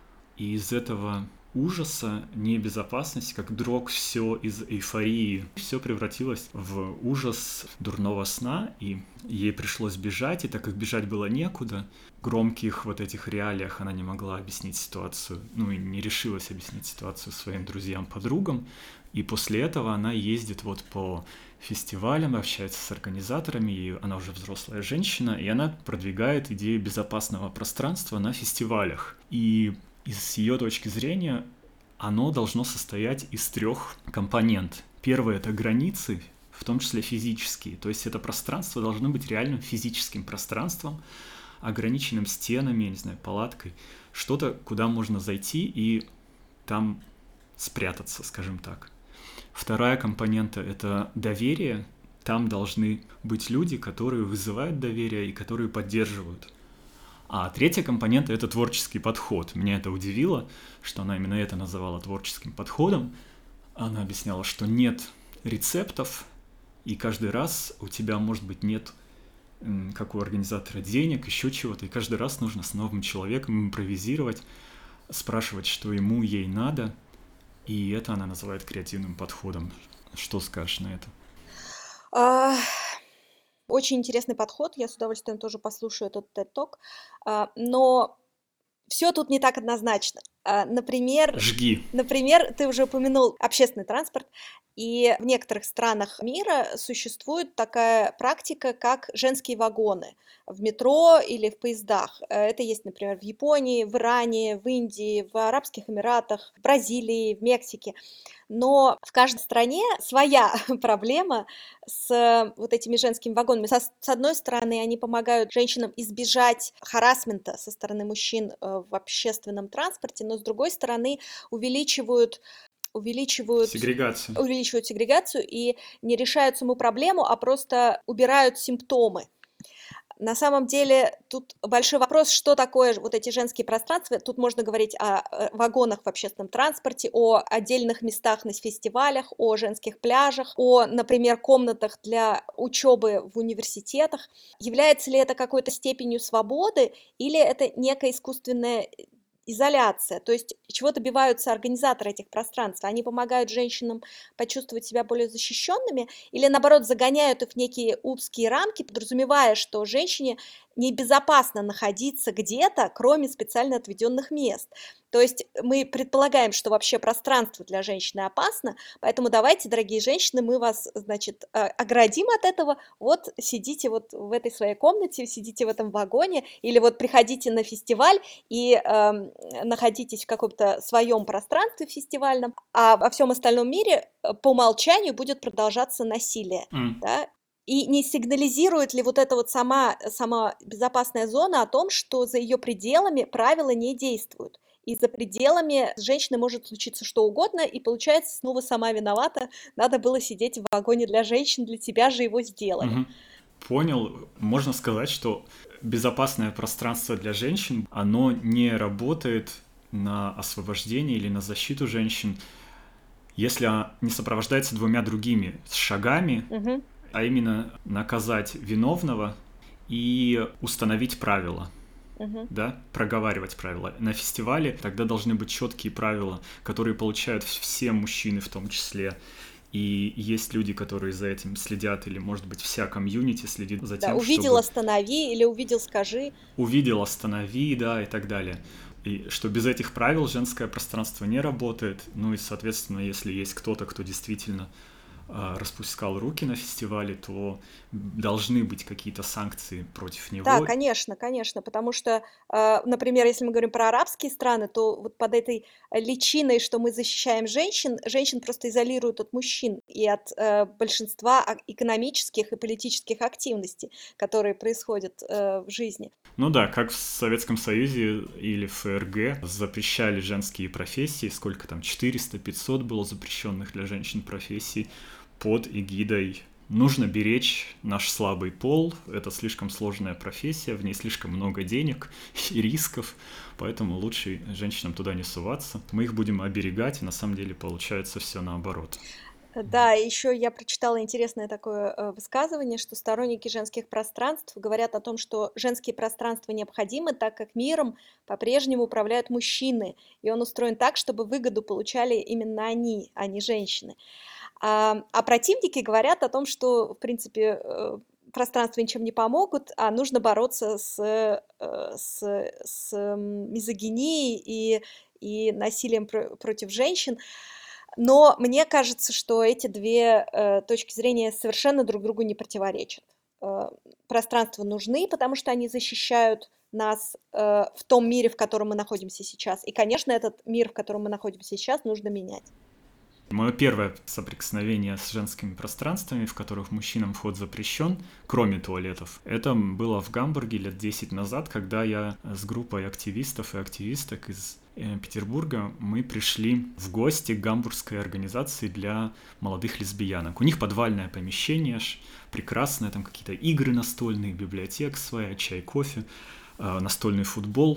И из этого ужаса, небезопасности, как вдруг все из эйфории, все превратилось в ужас дурного сна, и ей пришлось бежать, и так как бежать было некуда, в громких вот этих реалиях она не могла объяснить ситуацию, и не решилась объяснить ситуацию своим друзьям, подругам, и после этого она ездит вот по фестивалем, общается с организаторами, и она уже взрослая женщина, и она продвигает идею безопасного пространства на фестивалях. И с ее точки зрения оно должно состоять из 3 компонент. Первый — это границы, в том числе физические. То есть это пространство должно быть реальным физическим пространством, ограниченным стенами, я не знаю, палаткой. Что-то, куда можно зайти и там спрятаться, скажем так. Вторая компонента — это доверие. Там должны быть люди, которые вызывают доверие и которые поддерживают. А третья компонента — это творческий подход. Меня это удивило, что она именно это называла творческим подходом. Она объясняла, что нет рецептов, и каждый раз у тебя, может быть, нет, как у организатора, денег, еще чего-то, и каждый раз нужно с новым человеком импровизировать, спрашивать, что ему, ей надо, и это она называет креативным подходом. Что скажешь на это? А, Очень интересный подход, я с удовольствием тоже послушаю этот TED-ток, но все тут не так однозначно. Например, Жги. ты уже упомянул общественный транспорт, и в некоторых странах мира существует такая практика, как женские вагоны в метро или в поездах. Это есть, например, в Японии, в Иране, в Индии, в Арабских Эмиратах, в Бразилии, в Мексике. Но в каждой стране своя проблема с вот этими женскими вагонами. С одной стороны, они помогают женщинам избежать харассмента со стороны мужчин в общественном транспорте, но с другой стороны увеличивают Сегрегация. увеличивают сегрегацию и не решают саму проблему, а просто убирают симптомы. На самом деле тут большой вопрос, что такое вот эти женские пространства. Тут можно говорить о вагонах в общественном транспорте, о отдельных местах на фестивалях, о женских пляжах, о, например, комнатах для учебы в университетах. Является ли это какой-то степенью свободы или это некая искусственная изоляция? То есть чего добиваются организаторы этих пространств? Они помогают женщинам почувствовать себя более защищенными или, наоборот, загоняют их в некие узкие рамки, подразумевая, что женщине небезопасно находиться где-то, кроме специально отведенных мест. То есть мы предполагаем, что вообще пространство для женщины опасно, поэтому давайте, дорогие женщины, мы вас, значит, оградим от этого, вот сидите вот в этой своей комнате, сидите в этом вагоне, или вот приходите на фестиваль и находитесь в каком-то своем пространстве фестивальном, а во всем остальном мире по умолчанию будет продолжаться насилие, да? И не сигнализирует ли вот эта вот сама безопасная зона о том, что за ее пределами правила не действуют? И за пределами с женщиной может случиться что угодно, и получается снова сама виновата, надо было сидеть в вагоне для женщин, для тебя же его сделали. Мгм. Понял. Можно сказать, что безопасное пространство для женщин, оно не работает на освобождение или на защиту женщин, если не сопровождается 2 другими шагами, Мгм. а именно наказать виновного и установить правила, Мгм. да, проговаривать правила. На фестивале тогда должны быть четкие правила, которые получают все мужчины в том числе. И есть люди, которые за этим следят, или, может быть, вся комьюнити следит за Да, тем, увидел, чтобы останови, или увидел, скажи. увидел, останови, да, и так далее. И что без этих правил женское пространство не работает. Ну и, соответственно, если есть кто-то, кто действительно распускал руки на фестивале, то должны быть какие-то санкции против Да, него. конечно, конечно, потому что, например, если мы говорим про арабские страны, то вот под этой личиной, что мы защищаем женщин, женщин просто изолируют от мужчин и от большинства экономических и политических активностей, которые происходят в жизни. Ну да, как в Советском Союзе или в ФРГ запрещали женские профессии, сколько там, 400-500 было запрещенных для женщин профессий под эгидой «нужно беречь наш слабый пол, это слишком сложная профессия, в ней слишком много денег и рисков, поэтому лучше женщинам туда не суваться, мы их будем оберегать», и на самом деле получается все наоборот. Да, еще я прочитала интересное такое высказывание, что сторонники женских пространств говорят о том, что женские пространства необходимы, так как миром по-прежнему управляют мужчины, и он устроен так, чтобы выгоду получали именно они, а не женщины. А противники говорят о том, что, в принципе, пространства ничем не помогут, а нужно бороться с мизогинией и насилием против женщин. Но мне кажется, что эти две точки зрения совершенно друг другу не противоречат. Э, Пространства нужны, потому что они защищают нас в том мире, в котором мы находимся сейчас. И, конечно, этот мир, в котором мы находимся сейчас, нужно менять. Мое первое соприкосновение с женскими пространствами, в которых мужчинам вход запрещен, кроме туалетов, это было в Гамбурге лет 10 назад, когда я с группой активистов и активисток из Петербурга, мы пришли в гости к гамбургской организации для молодых лесбиянок. У них подвальное помещение, прекрасное, там какие-то игры настольные, библиотека своя, чай, кофе, настольный футбол.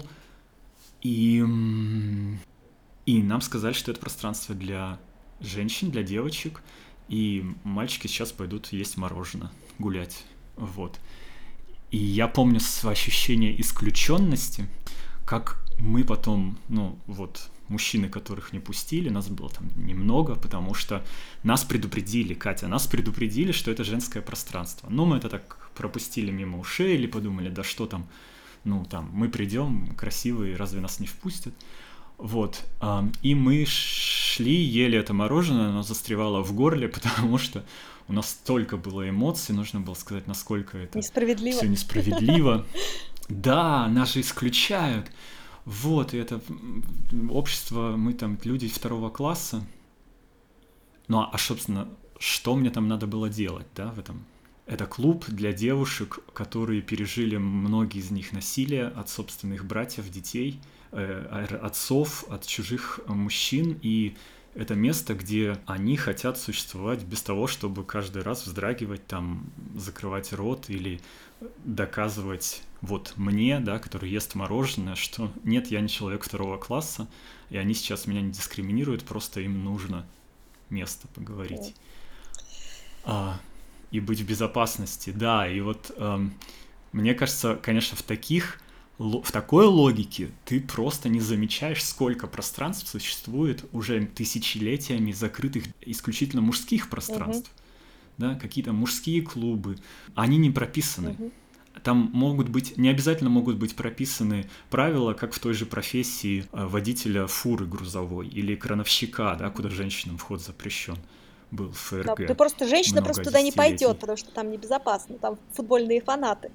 И нам сказали, что это пространство для женщин, для девочек, и мальчики сейчас пойдут есть мороженое, гулять. Вот. И я помню ощущение исключенности, как мы потом, мужчины, которых не пустили, нас было там немного, потому что нас предупредили, Катя, нас предупредили, что это женское пространство. Но мы это так пропустили мимо ушей или подумали, да что там, мы придем красивые, разве нас не впустят? Вот, и мы шли, ели это мороженое, оно застревало в горле, потому что у нас столько было эмоций, нужно было сказать, насколько это Несправедливо. все несправедливо. Да, нас же исключают. Вот, и это общество, мы там люди 2 класса. Собственно, что мне там надо было делать, да, в этом? Это клуб для девушек, которые пережили, многие из них, насилие от собственных братьев, детей, отцов, от чужих мужчин, и это место, где они хотят существовать без того, чтобы каждый раз вздрагивать, там, закрывать рот или доказывать вот мне, да, который ест мороженое, что нет, я не человек 2 класса, и они сейчас меня не дискриминируют, просто им нужно место поговорить. И быть в безопасности, да, и вот мне кажется, конечно, в такой логике ты просто не замечаешь, сколько пространств существует уже тысячелетиями закрытых исключительно мужских пространств. Да, какие-то мужские клубы, они не прописаны. Там не обязательно могут быть прописаны правила, как в той же профессии водителя фуры грузовой или крановщика, да, куда женщинам вход запрещен был в ФРГ. Да, ты просто женщина просто туда не пойдет, потому что там небезопасно, там футбольные фанаты.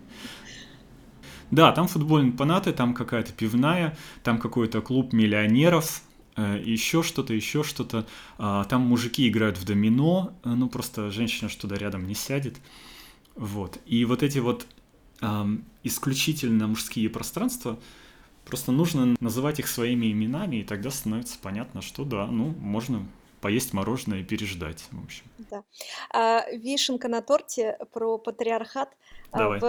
Да, там футбольные фанаты, там какая-то пивная, там какой-то клуб миллионеров, еще что-то. Там мужики играют в домино, просто женщина что туда рядом не сядет. Вот. И вот эти вот исключительно мужские пространства, просто нужно называть их своими именами, и тогда становится понятно, что да, можно поесть мороженое и переждать, в общем. Да. Вишенка на торте про патриархат. Давай.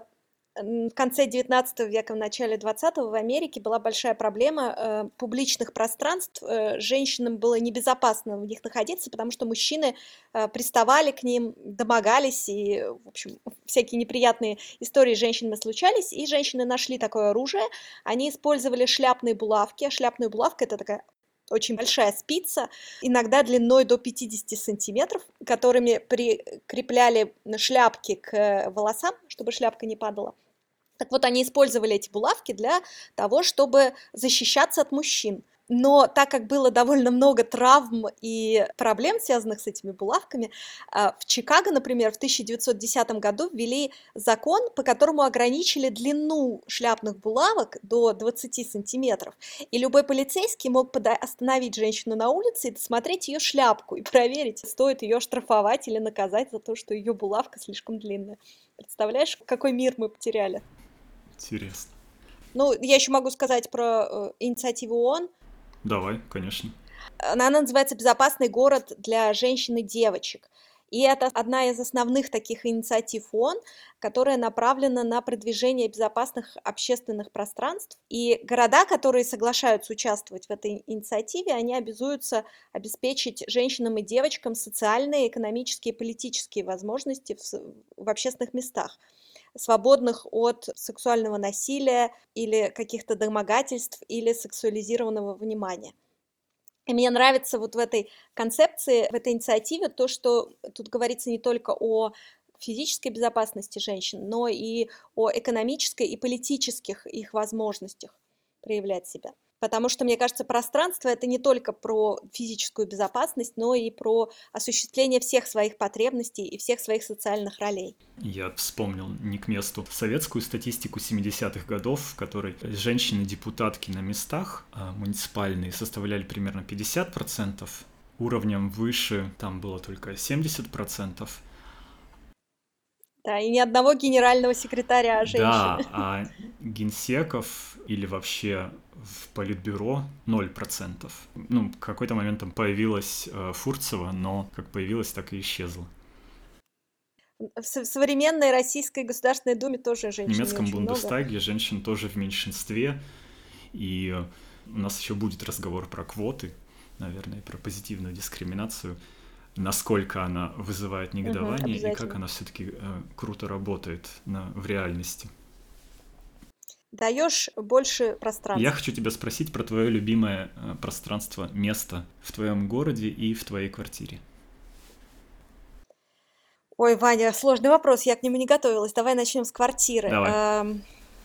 В конце 19 века, в начале 20-го в Америке была большая проблема публичных пространств. Женщинам было небезопасно в них находиться, потому что мужчины приставали к ним, домогались, и, в общем, всякие неприятные истории с женщинами случались, и женщины нашли такое оружие. Они использовали шляпные булавки. Шляпная булавка — это такая очень большая спица, иногда длиной до 50 сантиметров, которыми прикрепляли шляпки к волосам, чтобы шляпка не падала. Так вот, они использовали эти булавки для того, чтобы защищаться от мужчин. Но так как было довольно много травм и проблем, связанных с этими булавками, в Чикаго, например, в 1910 году ввели закон, по которому ограничили длину шляпных булавок до 20 сантиметров. И любой полицейский мог остановить женщину на улице и досмотреть ее шляпку и проверить, стоит ее штрафовать или наказать за то, что ее булавка слишком длинная. Представляешь, какой мир мы потеряли? Интересно. Я еще могу сказать про инициативу ООН. Давай, конечно. Она называется «Безопасный город для женщин и девочек». И это одна из основных таких инициатив ООН, которая направлена на продвижение безопасных общественных пространств. И города, которые соглашаются участвовать в этой инициативе, они обязуются обеспечить женщинам и девочкам социальные, экономические и политические возможности в общественных местах, свободных от сексуального насилия или каких-то домогательств или сексуализированного внимания. И мне нравится вот в этой концепции, в этой инициативе то, что тут говорится не только о физической безопасности женщин, но и о экономической и политических их возможностях проявлять себя. Потому что, мне кажется, пространство — это не только про физическую безопасность, но и про осуществление всех своих потребностей и всех своих социальных ролей. Я вспомнил не к месту советскую статистику 70-х годов, в которой женщины-депутатки на местах муниципальные составляли примерно 50%, уровнем выше там было только 70%. Да, и ни одного генерального секретаря женщины. Да, а генсеков или вообще в политбюро 0%. Ну, в какой-то момент там появилась Фурцева, но как появилась, так и исчезла. В современной Российской Государственной Думе тоже В женщин не немецком очень много. Бундестаге женщин тоже в меньшинстве, и у нас еще будет разговор про квоты, наверное, про позитивную дискриминацию, насколько она вызывает негодование и как она все-таки круто работает в реальности. Даешь больше пространства. Я хочу тебя спросить про твое любимое пространство, место в твоем городе и в твоей квартире. Ой, Ваня, сложный вопрос, я к нему не готовилась. Давай начнем с квартиры. Давай.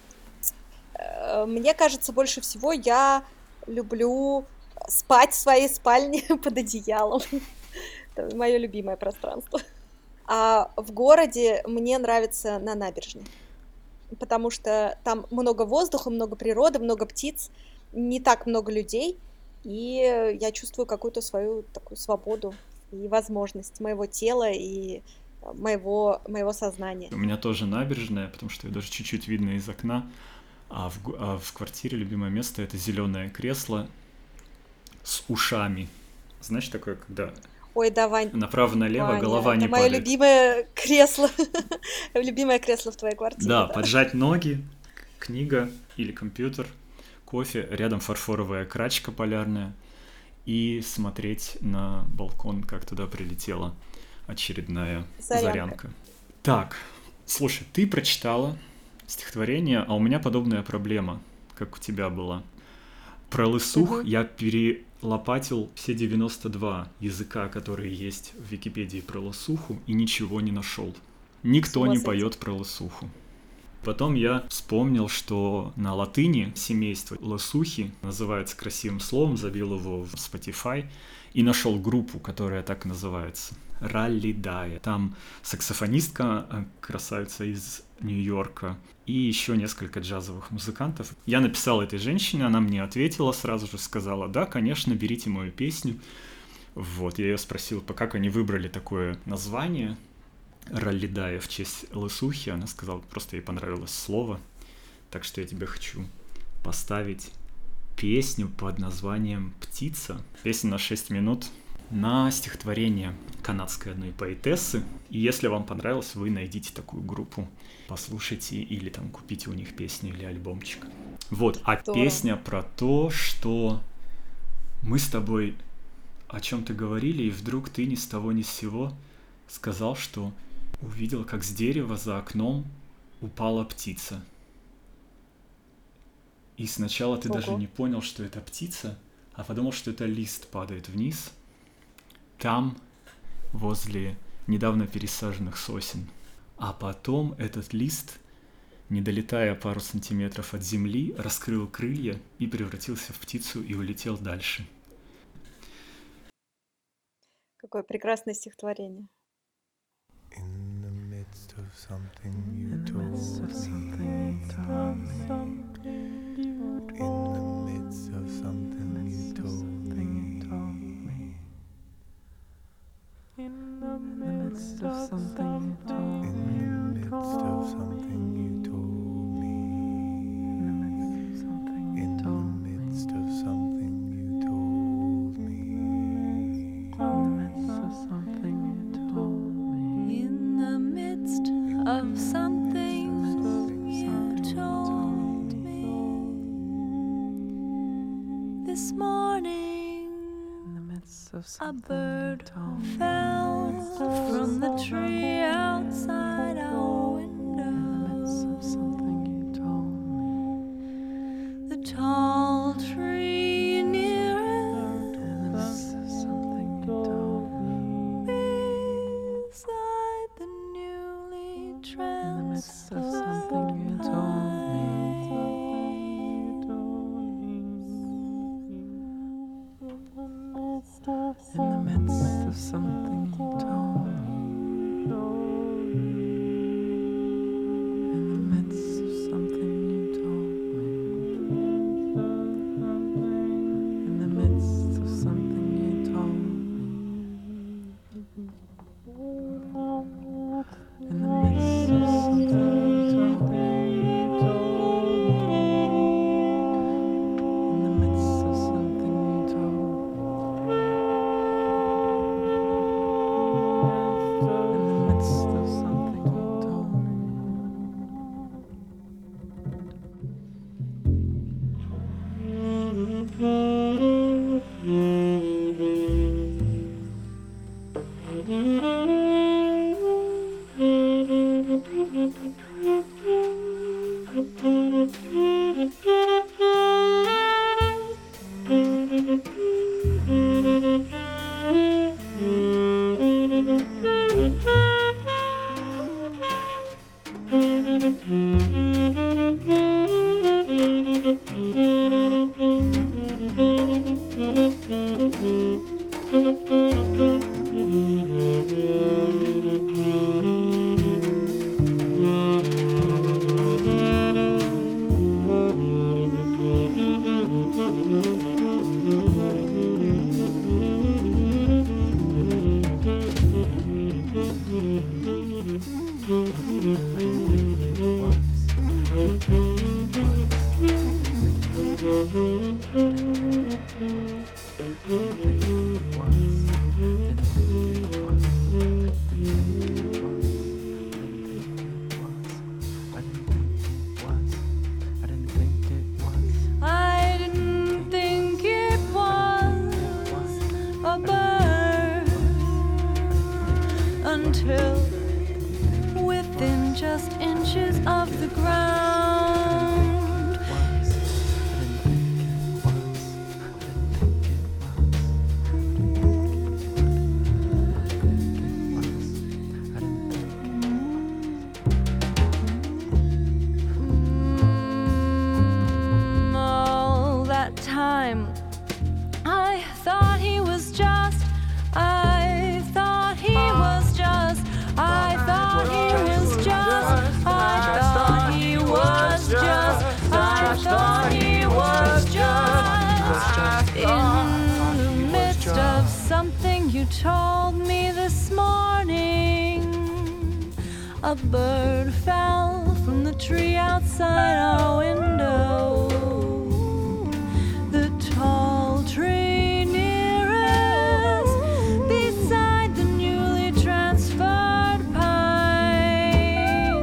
Мне кажется, больше всего я люблю спать в своей спальне под одеялом. Это мое любимое пространство. А в городе мне нравится на набережной, потому что там много воздуха, много природы, много птиц, не так много людей, и я чувствую какую-то свою такую свободу и возможность моего тела и моего сознания. У меня тоже набережная, потому что ее даже чуть-чуть видно из окна. А в квартире любимое место — это зеленое кресло с ушами. Знаешь, такое, когда Ой, давай, направо-налево Ваня, голова это не мое падает. любимое кресло. Любимое кресло в твоей квартире. Да, поджать ноги, книга или компьютер, кофе, рядом фарфоровая крачка полярная и смотреть на балкон, как туда прилетела очередная зарянка. Так, слушай, ты прочитала стихотворение, а у меня подобная проблема, как у тебя была. Про лысух я перелопатил все 92 языка, которые есть в Википедии про лысуху, и ничего не нашел. Никто не поет про лысуху. Потом я вспомнил, что на латыни семейство лысухи называется красивым словом, забил его в Spotify и нашел группу, которая так и называется. Раллидая. Там саксофонистка, красавица из Нью-Йорка, и еще несколько джазовых музыкантов. Я написал этой женщине, она мне ответила, сразу же сказала: да, конечно, берите мою песню. Вот, я ее спросил, как они выбрали такое название Раллидая в честь лысухи. Она сказала, просто ей понравилось слово. Так что я тебе хочу поставить песню под названием «Птица». Песня на 6 минут на стихотворение канадской одной поэтессы. И если вам понравилось, вы найдите такую группу, послушайте или там купите у них песню или альбомчик. Вот, а песня про то, что мы с тобой о чем-то говорили, и вдруг ты ни с того ни с сего сказал, что увидел, как с дерева за окном упала птица. И сначала ты даже не понял, что это птица, а подумал, что это лист падает вниз. Там, возле недавно пересаженных сосен. А потом этот лист, не долетая пару сантиметров от земли, раскрыл крылья и превратился в птицу и улетел дальше. Какое прекрасное стихотворение. In the midst of something you told me. In the midst of something you told me. In the midst of something you told me. In the midst of something you told me. In the midst of something you told me. In the midst of something you told me. This morning, a bird fell from the tree outside our window. The tall tree near us, beside the newly transformed vines. I didn't think it was a bird until within just inches of the ground. All that time I thought he was just, I thought he was just, I thought he was just, I thought he was just, I thought he was just in the midst of something you told me this morning. A bird fell from the tree outside our window. The tall tree nearest, beside the newly transferred pine.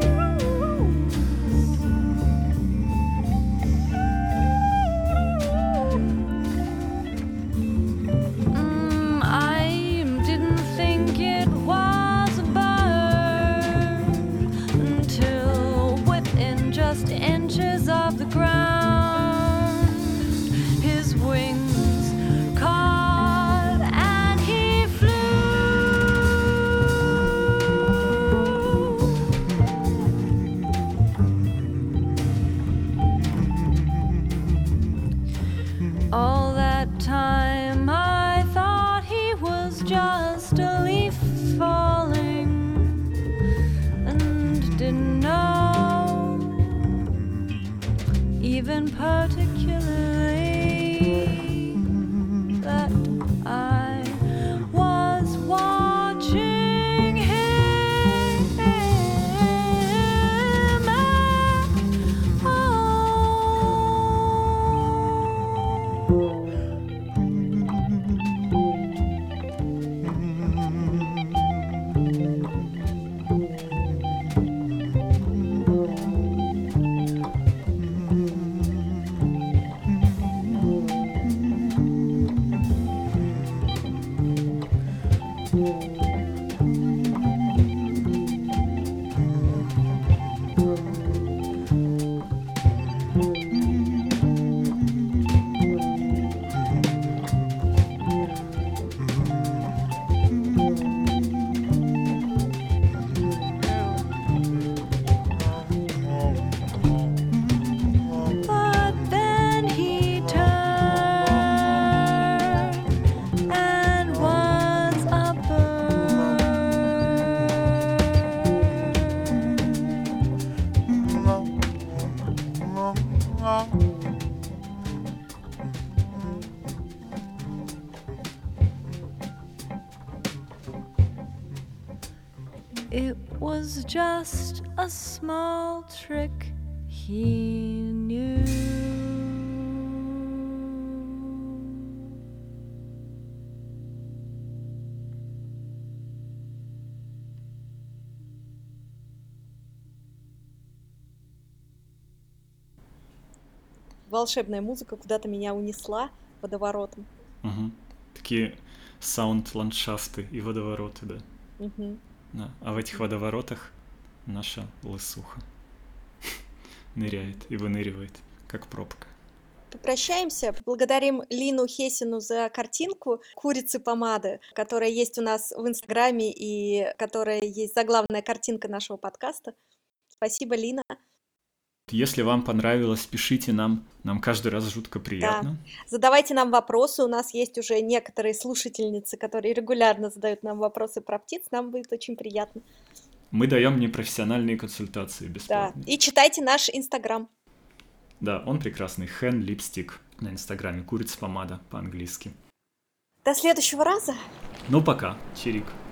I didn't think it was a bird until within just inches of the ground. His wings caught and he flew. All that time I thought he was just a leaf falling and didn't know even particularly that I was watching him at But then he turned and was a bird. It was just a small trick he knew. Волшебная музыка куда-то меня унесла водоворотом. Мгм. Такие саунд-ландшафты и водовороты, да. Мгм. Да. А в этих водоворотах наша лысуха ныряет и выныривает, как пробка. Попрощаемся. Поблагодарим Лину Хесину за картинку курицы помады, которая есть у нас в Инстаграме и которая есть заглавная картинка нашего подкаста. Спасибо, Лина. Если вам понравилось, пишите нам. Нам каждый раз жутко Да. приятно. Задавайте нам вопросы. У нас есть уже некоторые слушательницы, которые регулярно задают нам вопросы про птиц. Нам будет очень приятно. Мы даем непрофессиональные консультации Да. бесплатно. И читайте наш Инстаграм. Да, он прекрасный. Hen Lipstick на Инстаграме. Курица помада по-английски. До следующего раза. Ну, пока. Чирик.